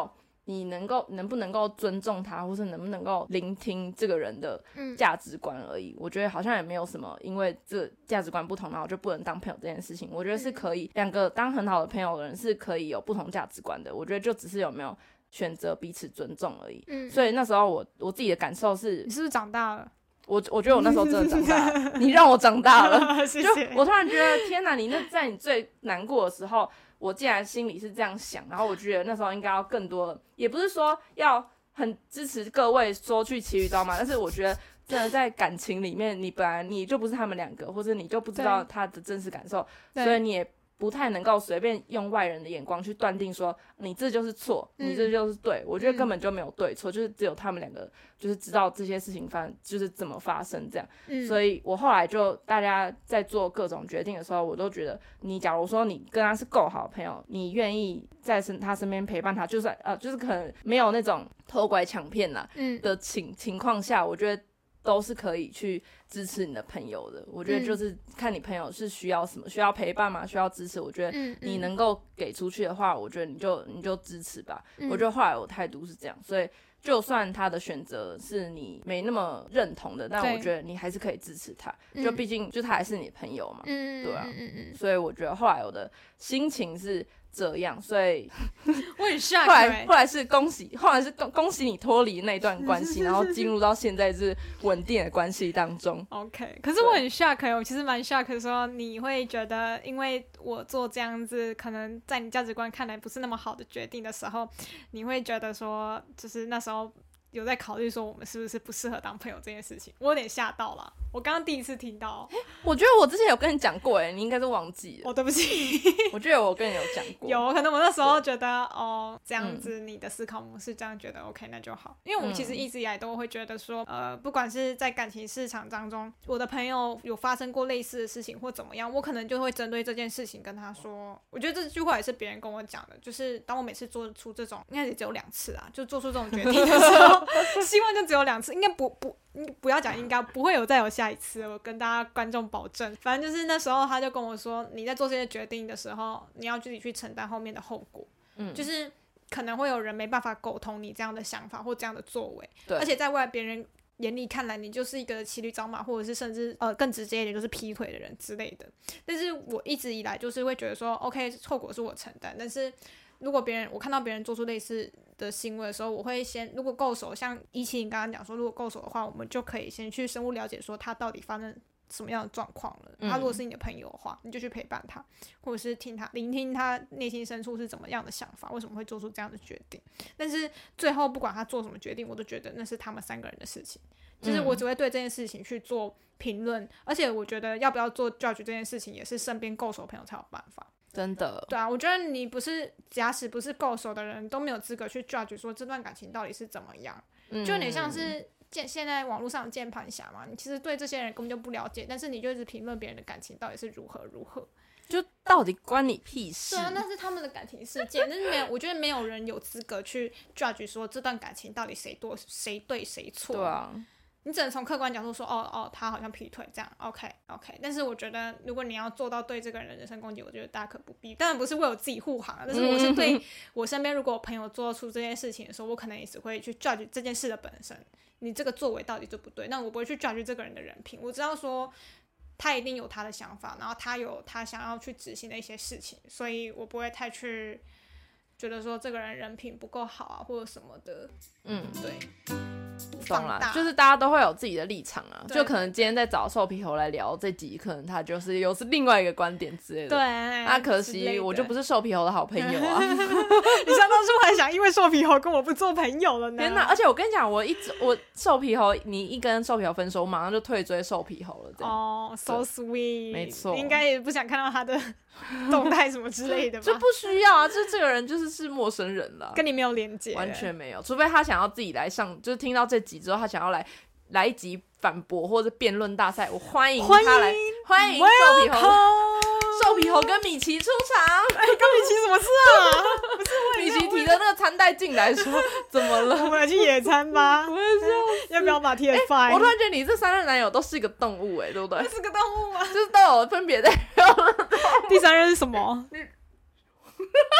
[SPEAKER 1] 你能够能不能够尊重他，或是能不能够聆听这个人的价值观而已、嗯、我觉得好像也没有什么因为这价值观不同然后就不能当朋友这件事情，我觉得是可以两、嗯、个当很好的朋友的人是可以有不同价值观的，我觉得就只是有没有选择彼此尊重而已、嗯、所以那时候我我自己的感受是，
[SPEAKER 2] 你是不是长大了？
[SPEAKER 1] 我我觉得我那时候真的长大了你让我长大了
[SPEAKER 2] 谢谢。
[SPEAKER 1] 就我突然觉得天哪，你那在你最难过的时候我竟然心里是这样想，然后我觉得那时候应该要更多的，也不是说要很支持各位说去骑驴找马，但是我觉得真的在感情里面你本来你就不是他们两个，或者你就不知道他的真实感受，所以你也不太能够随便用外人的眼光去断定说你这就是错、嗯、你这就是对，我觉得根本就没有对错、嗯、就是只有他们两个就是知道这些事情发就是怎么发生这样、嗯、所以我后来就大家在做各种决定的时候，我都觉得你假如说你跟他是够好的朋友，你愿意在他身边陪伴他，就是呃就是可能没有那种偷拐抢骗啦的情、嗯、情况下，我觉得都是可以去支持你的朋友的。我觉得就是看你朋友是需要什么，需要陪伴吗？需要支持？我觉得你能够给出去的话，我觉得你就你就支持吧。我觉得后来我态度是这样，所以就算他的选择是你没那么认同的，但我觉得你还是可以支持他，就毕竟就他还是你的朋友嘛，对啊。所以我觉得后来我的心情是这样，所以
[SPEAKER 2] 我很 shock
[SPEAKER 1] 后来后来是恭喜后来是恭恭喜你脱离那段关系然后进入到现在是稳定的关系当中
[SPEAKER 2] OK 可是我很 shock 我其实蛮 shock 的说你会觉得因为我做这样子可能在你价值观看来不是那么好的决定的时候，你会觉得说就是那时候有在考虑说我们是不是不适合当朋友这件事情，我有点吓到了，我刚刚第一次听到。
[SPEAKER 1] 我觉得我之前有跟你讲过耶，你应该是忘记了。
[SPEAKER 2] 哦，对不起。
[SPEAKER 1] 我觉得我跟你有讲过。
[SPEAKER 2] 有可能我那时候觉得哦这样子你的思考模式这样觉得 OK 那就好，因为我其实一直以来都会觉得说呃不管是在感情市场当中我的朋友有发生过类似的事情或怎么样，我可能就会针对这件事情跟他说，我觉得这句话也是别人跟我讲的，就是当我每次做出这种应该也只有两次啊，就做出这种决定的时候希望就只有两次，应该不不不要讲应该不会有再有下一次，我跟大家观众保证。反正就是那时候他就跟我说你在做这些决定的时候你要自己去承担后面的后果、嗯、就是可能会有人没办法苟同你这样的想法或这样的作为，而且在外别人眼里看来你就是一个骑驴找马或者是甚至呃更直接一点就是劈腿的人之类的，但是我一直以来就是会觉得说 OK 后果是我承担，但是如果别人我看到别人做出类似的行为的时候，我会先如果够熟，像一七零刚刚讲说如果够熟的话，我们就可以先去深入了解说他到底发生什么样的状况了、嗯、他如果是你的朋友的话你就去陪伴他，或者是听他聆听他内心深处是怎么样的想法，为什么会做出这样的决定，但是最后不管他做什么决定我都觉得那是他们三个人的事情，就是我只会对这件事情去做评论、嗯、而且我觉得要不要做 judge 这件事情也是身边够熟的朋友才有办法，
[SPEAKER 1] 真的。
[SPEAKER 2] 对啊，我觉得你不是假使不是够熟的人都没有资格去 judge 说这段感情到底是怎么样、嗯、就有点像是现在网络上的键盘侠嘛，你其实对这些人根本就不了解，但是你就一直评论别人的感情到底是如何如何，
[SPEAKER 1] 就到底关你屁事。
[SPEAKER 2] 对啊，那是他们的感情世界，但是没有，我觉得没有人有资格去 judge 说这段感情到底谁对谁对谁错。
[SPEAKER 1] 对啊，
[SPEAKER 2] 你只能从客观角度说哦哦他好像劈腿这样 OK OK， 但是我觉得如果你要做到对这个人的人身攻击，我觉得大可不必，当然不是为我自己护航，但是我是对我身边如果我朋友做出这件事情的时候，我可能也只会去 judge 这件事的本身，你这个作为到底对不对，那我不会去 judge 这个人的人品，我知道说他一定有他的想法，然后他有他想要去执行的一些事情，所以我不会太去觉得说这个人人品不够好啊或者什么的。嗯，对，
[SPEAKER 1] 懂啦，就是大家都会有自己的立场啊，就可能今天在找瘦皮猴来聊这集，可能他就是又是另外一个观点之类的。
[SPEAKER 2] 对，
[SPEAKER 1] 那、啊、可惜我就不是瘦皮猴的好朋友啊。
[SPEAKER 2] 你像当初还想因为瘦皮猴跟我不做朋友了呢。
[SPEAKER 1] 天哪！而且我跟你讲，我一直我瘦皮猴，你一跟瘦皮猴分手，我马上就退追瘦皮猴了。
[SPEAKER 2] 哦、oh, ，so sweet，
[SPEAKER 1] 没错，
[SPEAKER 2] 应该也不想看到他的动态什么之类的吧？
[SPEAKER 1] 就不需要啊，就是这个人就是是陌生人了，
[SPEAKER 2] 跟你没有连接，
[SPEAKER 1] 完全没有，除非他想要自己来上，就是听到这集之后，他想要来来一集反驳或者辩论大赛，我欢迎他来，欢迎瘦皮猴，瘦皮猴跟米奇出场。
[SPEAKER 2] 哎、欸，跟米奇什么事啊？不是
[SPEAKER 1] 米奇提的那个餐袋进来说，怎么了？
[SPEAKER 2] 我们来去野餐吧。
[SPEAKER 1] 我也是，
[SPEAKER 2] 要不要把 T F 放、欸？
[SPEAKER 1] 我突然觉得你这三任男友都是一个动物、欸，哎，对不对？
[SPEAKER 2] 是个动物吗？
[SPEAKER 1] 就是都有分别在。
[SPEAKER 2] 第三任是什么？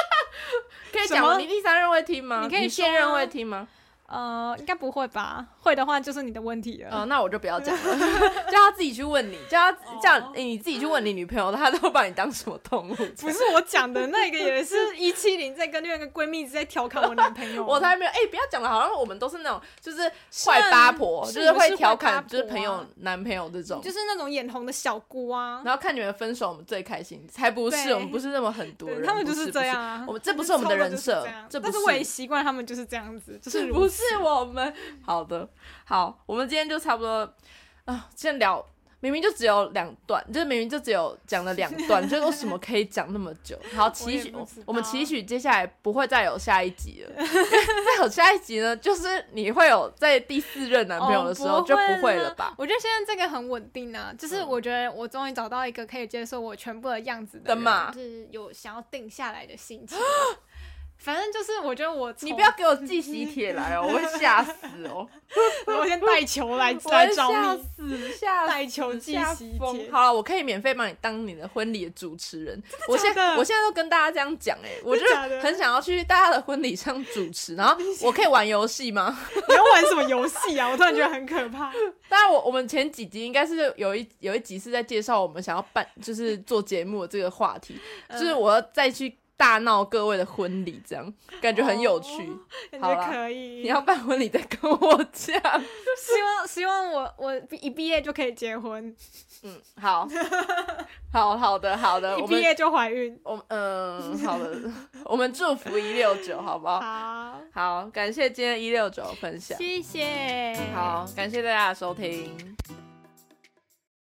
[SPEAKER 1] 可以讲吗？你第三任会听吗？
[SPEAKER 2] 你可以
[SPEAKER 1] 你现任会听吗？
[SPEAKER 2] 呃，应该不会吧？会的话就是你的问题了。
[SPEAKER 1] 呃，那我就不要讲了，叫他自己去问你，叫他叫、哦欸、你自己去问你女朋友，她都把你当什么动物？
[SPEAKER 2] 不是我讲的那个，也是一七零在跟另外一个闺蜜一直在调侃我男朋友。
[SPEAKER 1] 我才没有，哎、欸，不要讲了，好像我们都是那种就是坏八婆，是就是会调侃，就是朋友、男朋友这种，
[SPEAKER 2] 就是那种眼红的小姑啊。
[SPEAKER 1] 然后看你们分手，我们最开心，才不是，我们不是那么很多人，
[SPEAKER 2] 他们就是这样啊。
[SPEAKER 1] 我们这不是我们的人设，这不是。
[SPEAKER 2] 但是我也习惯他们就是这样子，就是
[SPEAKER 1] 不是我们。好的，好，我们今天就差不多啊，先聊，明明就只有两段，就是明明就只有讲了两段，就为什么可以讲那么久？好，期许 我, 我们期许接下来不会再有下一集了，再有下一集呢，就是你会有在第四任男朋友的时候、哦、不就不会了吧？
[SPEAKER 2] 我觉得现在这个很稳定啊，就是我觉得我终于找到一个可以接受我全部的样子的人，嘛就是有想要定下来的心情。反正就是我觉得我你
[SPEAKER 1] 不要给我寄喜帖来哦，我会吓死哦。
[SPEAKER 2] 我先带球来来找你，
[SPEAKER 1] 吓死吓死，
[SPEAKER 2] 带球寄喜帖。
[SPEAKER 1] 好了，我可以免费帮你当你的婚礼的主持人。我现在我现在都跟大家这样讲哎、欸，我就很想要去大家的婚礼上主持，然后我可以玩游戏吗？
[SPEAKER 2] 你要玩什么游戏啊？我突然觉得很可怕。
[SPEAKER 1] 当然我我们前几集应该是有一有一集是在介绍我们想要办就是做节目的这个话题，嗯、就是我要再去。大闹各位的婚礼，这样感觉很有趣。
[SPEAKER 2] 感觉可以。
[SPEAKER 1] 你要办婚礼再跟我讲。
[SPEAKER 2] 希望希望我我一毕业就可以结婚。
[SPEAKER 1] 嗯，好，好好的好的，
[SPEAKER 2] 一毕业就怀孕。
[SPEAKER 1] 我嗯、呃，好的，我们祝福一六九，好不好？
[SPEAKER 2] 好，
[SPEAKER 1] 好，感谢今天一六九分享，
[SPEAKER 2] 谢谢。
[SPEAKER 1] 好，感谢大家的收听。